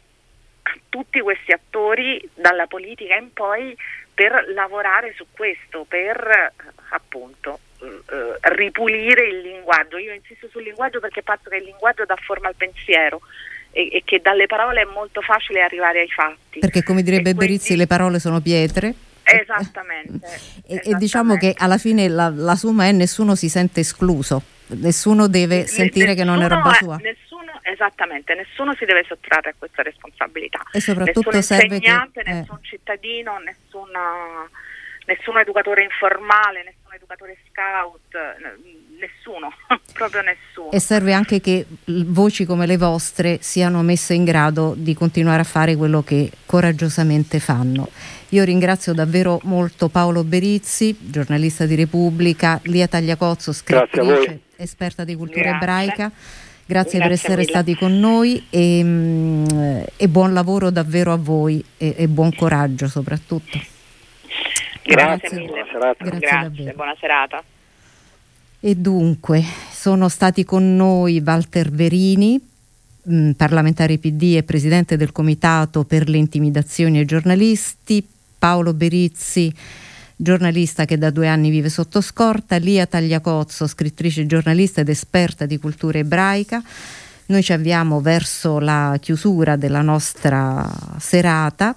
tutti questi attori dalla politica in poi per lavorare su questo, per appunto eh, ripulire il linguaggio. Io insisto sul linguaggio perché penso che il linguaggio dà forma al pensiero e, e che dalle parole è molto facile arrivare ai fatti. Perché come direbbe e Berizzi, quindi, le parole sono pietre. Esattamente. e, esattamente. e diciamo che alla fine la, la somma è: nessuno si sente escluso, nessuno deve N- sentire nessuno che non è roba sua. È, nessuno, esattamente, nessuno si deve sottrarre a questa responsabilità. E soprattutto nessun serve insegnante, che, eh. nessun cittadino, nessuna, nessun educatore informale, nessun educatore scout, nessuno, proprio nessuno. E serve anche che voci come le vostre siano messe in grado di continuare a fare quello che coraggiosamente fanno. Io ringrazio davvero molto Paolo Berizzi, giornalista di Repubblica, Lia Tagliacozzo, scrittrice, esperta di cultura Grazie. ebraica. Grazie, Grazie per essere mille. stati con noi e, mm, e buon lavoro davvero a voi e, e buon coraggio soprattutto. Grazie, Grazie. mille. Buona serata. Grazie Grazie, davvero. buona serata. E dunque, sono stati con noi Walter Verini, mh, parlamentare P D e presidente del Comitato per le intimidazioni ai giornalisti, Paolo Berizzi, giornalista che da due anni vive sotto scorta, Lia Tagliacozzo, scrittrice, giornalista ed esperta di cultura ebraica. Noi ci avviamo verso la chiusura della nostra serata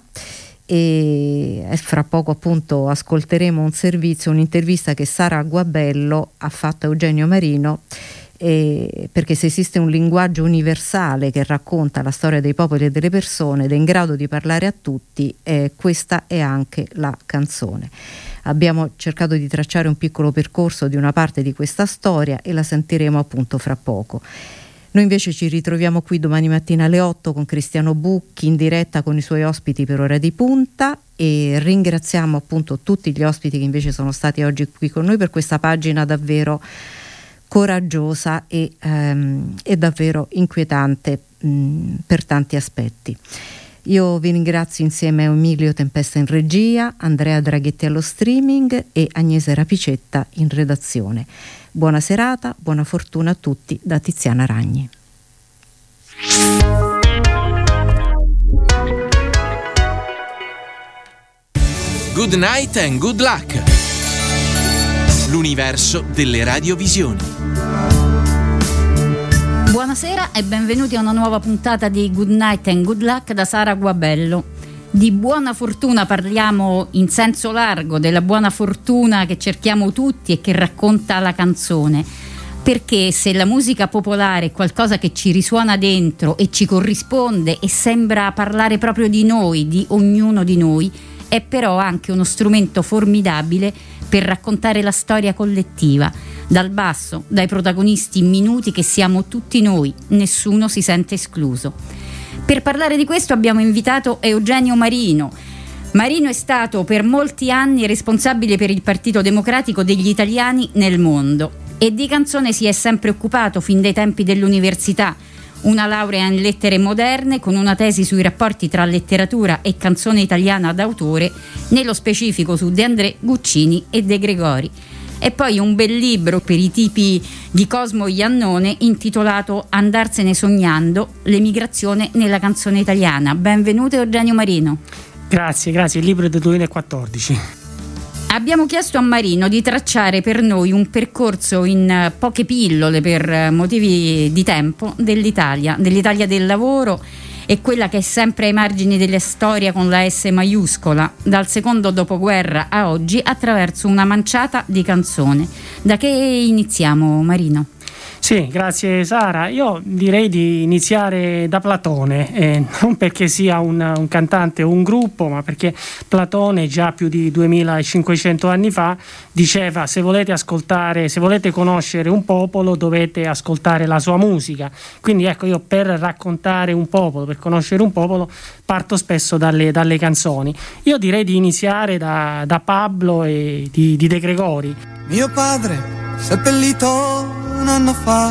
e fra poco appunto ascolteremo un servizio, un'intervista che Sara Guabello ha fatto a Eugenio Marino, eh, perché se esiste un linguaggio universale che racconta la storia dei popoli e delle persone ed è in grado di parlare a tutti, eh, questa è anche la canzone. Abbiamo cercato di tracciare un piccolo percorso di una parte di questa storia e la sentiremo appunto fra poco. Noi invece ci ritroviamo qui domani mattina alle otto con Cristiano Bucchi in diretta con i suoi ospiti per Ora di Punta, e ringraziamo appunto tutti gli ospiti che invece sono stati oggi qui con noi per questa pagina davvero coraggiosa e, ehm, e davvero inquietante mh, per tanti aspetti. Io vi ringrazio insieme a Emilio Tempesta in regia, Andrea Draghetti allo streaming e Agnese Rapicetta in redazione. Buona serata, buona fortuna a tutti da Tiziana Ragni. Good night and good luck. L'universo delle radiovisioni. Buonasera e benvenuti a una nuova puntata di Good Night and Good Luck da Sara Guabello. Di buona fortuna parliamo in senso largo, della buona fortuna che cerchiamo tutti e che racconta la canzone, perché se la musica popolare è qualcosa che ci risuona dentro e ci corrisponde e sembra parlare proprio di noi, di ognuno di noi, è però anche uno strumento formidabile per raccontare la storia collettiva, dal basso, dai protagonisti minuti che siamo tutti noi, nessuno si sente escluso. Per parlare di questo abbiamo invitato Eugenio Marino. Marino è stato per molti anni responsabile per il Partito Democratico degli italiani nel mondo e di canzone si è sempre occupato fin dai tempi dell'università. Una laurea in lettere moderne con una tesi sui rapporti tra letteratura e canzone italiana d'autore, nello specifico su De André, Guccini e De Gregori. E poi un bel libro per i tipi di Cosmo Iannone intitolato Andarsene sognando, l'emigrazione nella canzone italiana. Benvenuto Eugenio Marino. Grazie, grazie, il libro è del duemilaquattordici. Abbiamo chiesto a Marino di tracciare per noi un percorso in poche pillole per motivi di tempo dell'Italia, dell'Italia del lavoro e quella che è sempre ai margini della storia con la S maiuscola, dal secondo dopoguerra a oggi attraverso una manciata di canzone. Da che iniziamo, Marino? Sì, grazie Sara. Io direi di iniziare da Platone, eh, non perché sia un, un cantante o un gruppo, ma perché Platone già più di duemilacinquecento anni fa diceva: se volete ascoltare, se volete conoscere un popolo dovete ascoltare la sua musica. Quindi ecco, io per raccontare un popolo, per conoscere un popolo, parto spesso dalle, dalle canzoni. Io direi di iniziare da, da Pablo e di, di De Gregori. Mio padre seppellito un anno fa,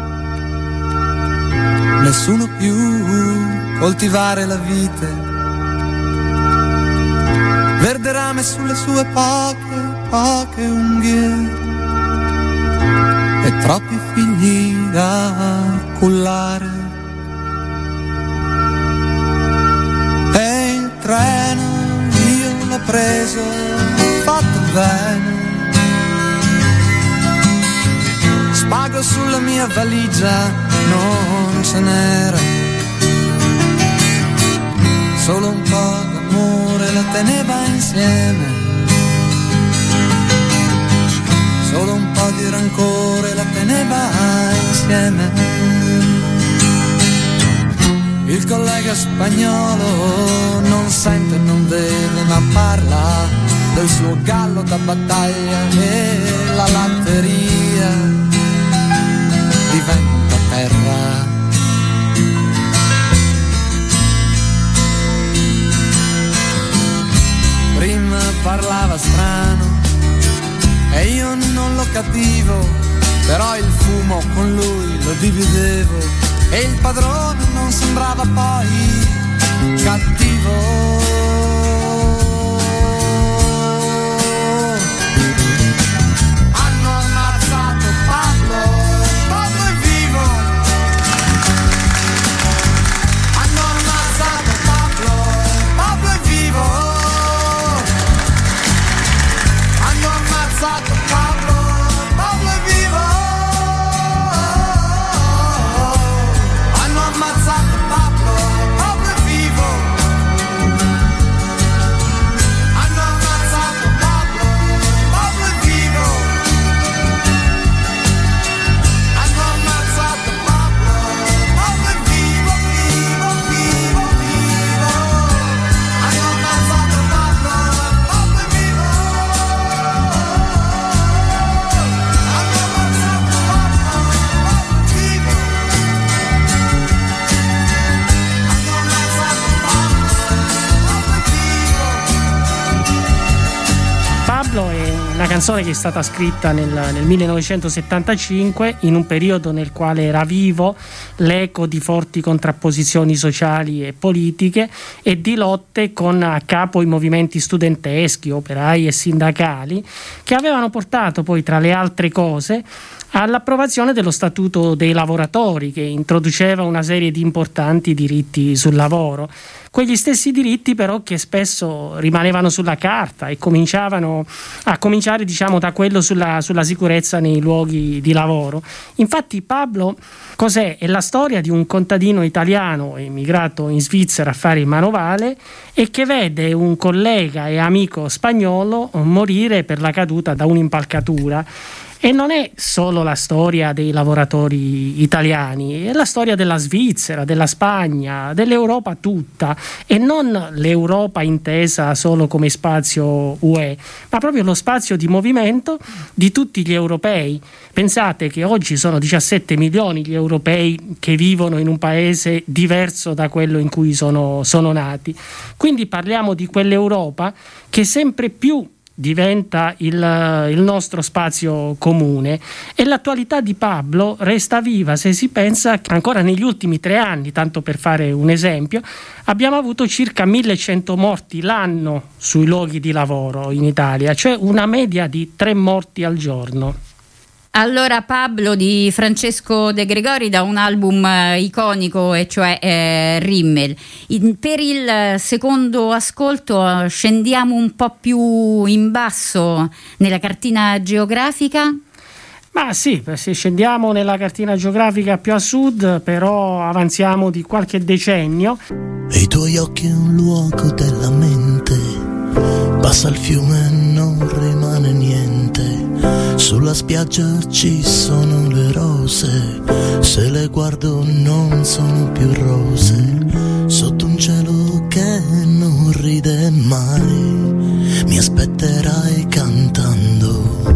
nessuno più coltivare la vite, verde rame sulle sue poche, poche unghie e troppi figli da cullare. E il treno io l'ho preso, fatto bene, spago sulla mia valigia non ce n'era, solo un po' d'amore la teneva insieme, solo un po' di rancore la teneva insieme. Il collega spagnolo non sente, non vede, ma parla del suo gallo da battaglia e la latteria diventa terra. Prima parlava strano e io non lo capivo, però il fumo con lui lo dividevo e il padrone non sembrava poi cattivo. Una canzone che è stata scritta nel, nel millenovecentosettantacinque, in un periodo nel quale era vivo l'eco di forti contrapposizioni sociali e politiche e di lotte con a capo i movimenti studenteschi, operai e sindacali, che avevano portato poi, tra le altre cose, all'approvazione dello Statuto dei lavoratori, che introduceva una serie di importanti diritti sul lavoro. Quegli stessi diritti però che spesso rimanevano sulla carta e cominciavano a cominciare diciamo da quello sulla, sulla sicurezza nei luoghi di lavoro. Infatti Pablo cos'è? È la storia di un contadino italiano emigrato in Svizzera a fare il manovale e che vede un collega e amico spagnolo morire per la caduta da un'impalcatura. E non è solo la storia dei lavoratori italiani, è la storia della Svizzera, della Spagna, dell'Europa tutta, e non l'Europa intesa solo come spazio U E, ma proprio lo spazio di movimento di tutti gli europei. Pensate che oggi sono diciassette milioni gli europei che vivono in un paese diverso da quello in cui sono, sono nati. Quindi parliamo di quell'Europa che sempre più diventa il, il nostro spazio comune, e l'attualità di Pablo resta viva se si pensa che ancora negli ultimi tre anni, tanto per fare un esempio, abbiamo avuto circa millecento morti l'anno sui luoghi di lavoro in Italia, cioè una media di tre morti al giorno. Allora Pablo di Francesco De Gregori, da un album eh, iconico, e cioè eh, Rimmel. In, per il secondo ascolto eh, scendiamo un po' più in basso nella cartina geografica. Ma sì, se scendiamo nella cartina geografica più a sud, però avanziamo di qualche decennio. E i tuoi occhi è un luogo della mente, passa il fiume e non rimane niente. Sulla spiaggia ci sono le rose cose, se le guardo non sono più rose, sotto un cielo che non ride mai, mi aspetterai cantando.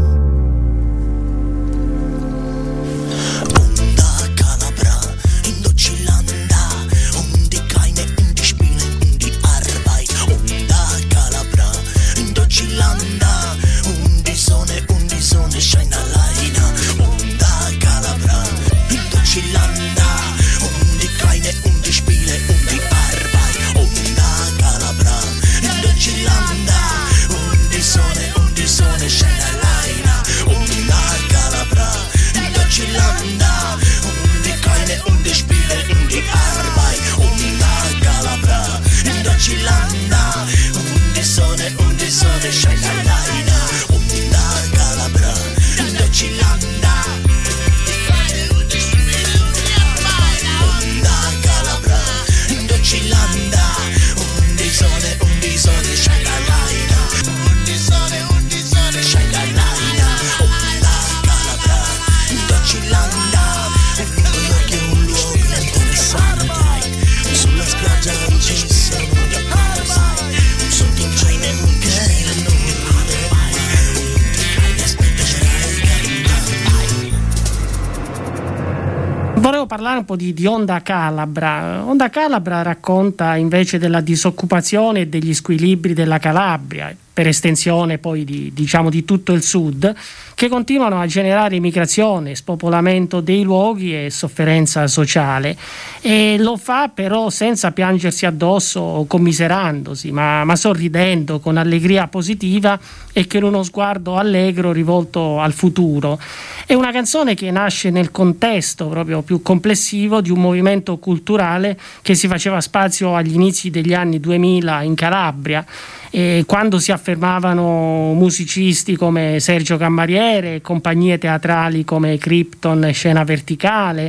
Volevo parlare un po' di, di Onda Calabra. Onda Calabra racconta invece della disoccupazione e degli squilibri della Calabria, per estensione poi di, diciamo, di tutto il sud, che continuano a generare immigrazione, spopolamento dei luoghi e sofferenza sociale, e lo fa però senza piangersi addosso o commiserandosi, ma, ma sorridendo con allegria positiva e con uno sguardo allegro rivolto al futuro. È una canzone che nasce nel contesto proprio più complessivo di un movimento culturale che si faceva spazio agli inizi degli anni duemila in Calabria, e quando si affermavano musicisti come Sergio Cammariere, compagnie teatrali come Krypton e Scena Verticale,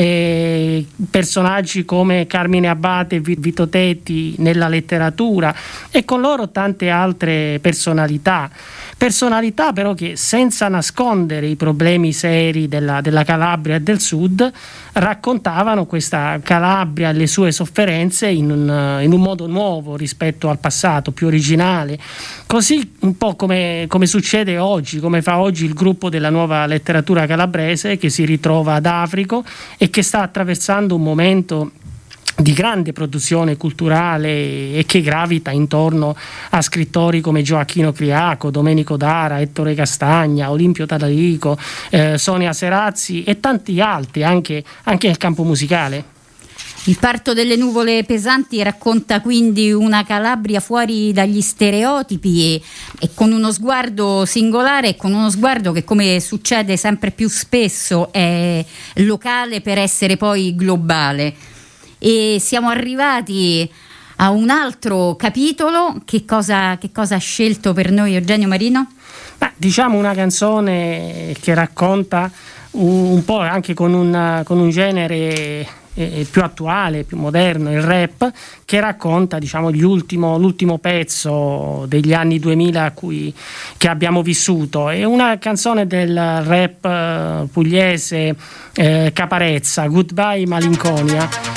e personaggi come Carmine Abate e Vito Tetti nella letteratura, e con loro tante altre personalità. Personalità però che, senza nascondere i problemi seri della, della Calabria e del Sud, raccontavano questa Calabria e le sue sofferenze in un, in un modo nuovo rispetto al passato, più originale. Così un po' come, come succede oggi, come fa oggi il gruppo della Nuova Letteratura Calabrese, che si ritrova ad Africo e che sta attraversando un momento di grande produzione culturale e che gravita intorno a scrittori come Gioacchino Criaco, Domenico Dara, Ettore Castagna, Olimpio Talarico, eh, Sonia Serazzi e tanti altri anche, anche nel campo musicale. Il parto delle nuvole pesanti racconta quindi una Calabria fuori dagli stereotipi e, e con uno sguardo singolare, e con uno sguardo che, come succede sempre più spesso, è locale per essere poi globale. E siamo arrivati a un altro capitolo. Che cosa, che cosa ha scelto per noi Eugenio Marino? Beh, diciamo una canzone che racconta un, un po' anche con un, con un genere eh, più attuale, più moderno, il rap, che racconta, diciamo, gli ultimo, l'ultimo pezzo degli anni duemila a cui, che abbiamo vissuto. È una canzone del rap eh, pugliese eh, Caparezza, Goodbye Malinconia.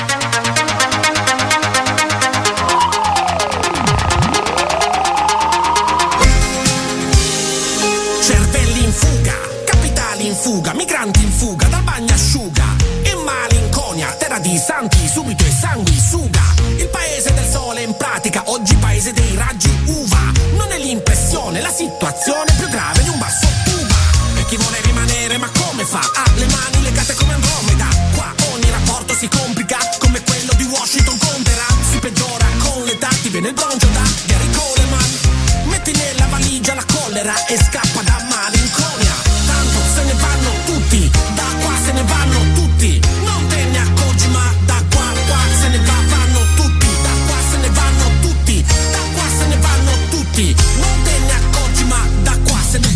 Fuga, migranti in fuga dal bagnasciuga e malinconia, terra di santi, subito e sanguisuga. Il paese del sole in pratica, oggi paese dei raggi uva. Non è l'impressione, la situazione più grave di un basso tuba. E chi vuole rimanere ma come fa? Ha le mani legate come Andromeda. Qua ogni rapporto si complica come quello di Washington con Teheran. Si peggiora con l'età, ti viene il broncio da Gary Coleman. Metti nella valigia la collera e scappa da malinconia. Se ne vanno tutti, da qua se ne vanno tutti, non te ne accorgi ma da qua, qua se ne va, vanno tutti, da qua se ne vanno tutti, da qua se ne vanno tutti, non te ne accorgi ma da qua se ne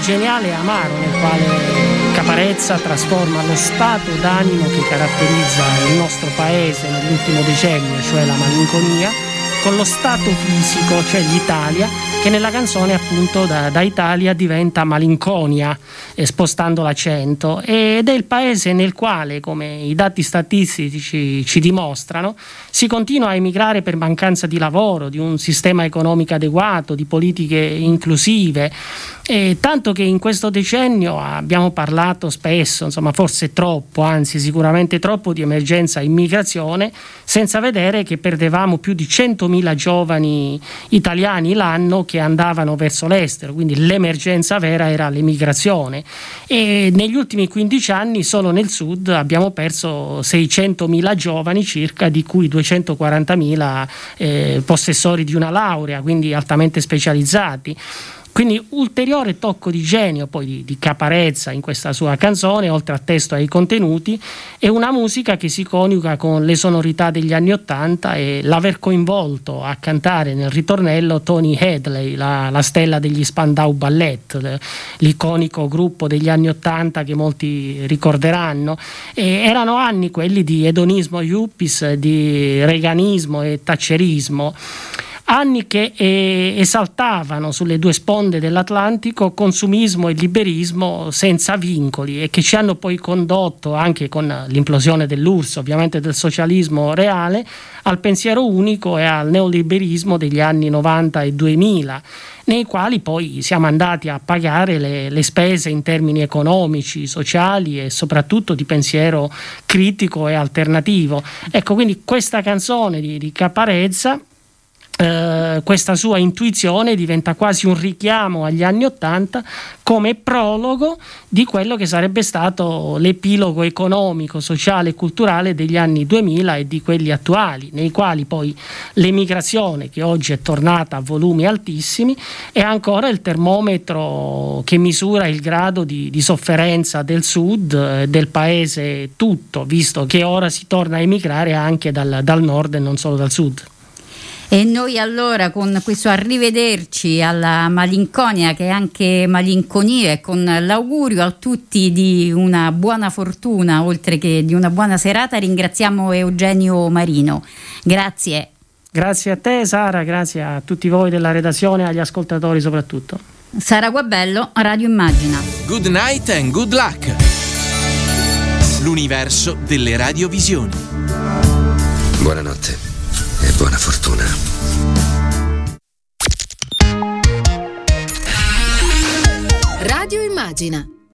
geniale e amaro nel quale Caparezza trasforma lo stato d'animo che caratterizza il nostro paese nell'ultimo decennio, cioè la malinconia, con lo stato fisico, cioè l'Italia, che nella canzone appunto da, da Italia diventa malinconia, eh, spostando l'accento, ed è il paese nel quale, come i dati statistici ci dimostrano, si continua a emigrare per mancanza di lavoro, di un sistema economico adeguato, di politiche inclusive, e tanto che in questo decennio abbiamo parlato spesso, insomma forse troppo, anzi sicuramente troppo, di emergenza immigrazione, senza vedere che perdevamo più di centomila giovani italiani l'anno che andavano verso l'estero, quindi l'emergenza vera era l'emigrazione, e negli ultimi quindici anni solo nel sud abbiamo perso seicentomila giovani circa, di cui duecentoquarantamila eh, possessori di una laurea, quindi altamente specializzati. Quindi ulteriore tocco di genio poi di, di Caparezza in questa sua canzone, oltre al testo e ai contenuti, è una musica che si coniuga con le sonorità degli anni Ottanta e l'aver coinvolto a cantare nel ritornello Tony Hadley, la, la stella degli Spandau Ballet, l'iconico gruppo degli anni Ottanta che molti ricorderanno. E erano anni quelli di edonismo yuppies, di reaganismo e thatcherismo. Anni che eh, esaltavano sulle due sponde dell'Atlantico consumismo e liberismo senza vincoli, e che ci hanno poi condotto, anche con l'implosione dell'U R S S, ovviamente del socialismo reale, al pensiero unico e al neoliberismo degli anni novanta e duemila, nei quali poi siamo andati a pagare le, le spese in termini economici, sociali e soprattutto di pensiero critico e alternativo. Ecco, quindi questa canzone di, di Caparezza, Uh, questa sua intuizione diventa quasi un richiamo agli anni Ottanta come prologo di quello che sarebbe stato l'epilogo economico, sociale e culturale degli anni duemila e di quelli attuali, nei quali poi l'emigrazione, che oggi è tornata a volumi altissimi, è ancora il termometro che misura il grado di, di sofferenza del sud, eh, del paese tutto, visto che ora si torna a emigrare anche dal, dal nord e non solo dal sud. E noi allora, con questo arrivederci alla malinconia, che è anche malinconia, e con l'augurio a tutti di una buona fortuna oltre che di una buona serata, ringraziamo Eugenio Marino. Grazie. Grazie a te Sara, grazie a tutti voi della redazione e agli ascoltatori soprattutto. Sara Guabello, Radio Immagina. Good night and good luck. L'universo delle radiovisioni. Buonanotte e buona fortuna. Radio Immagina.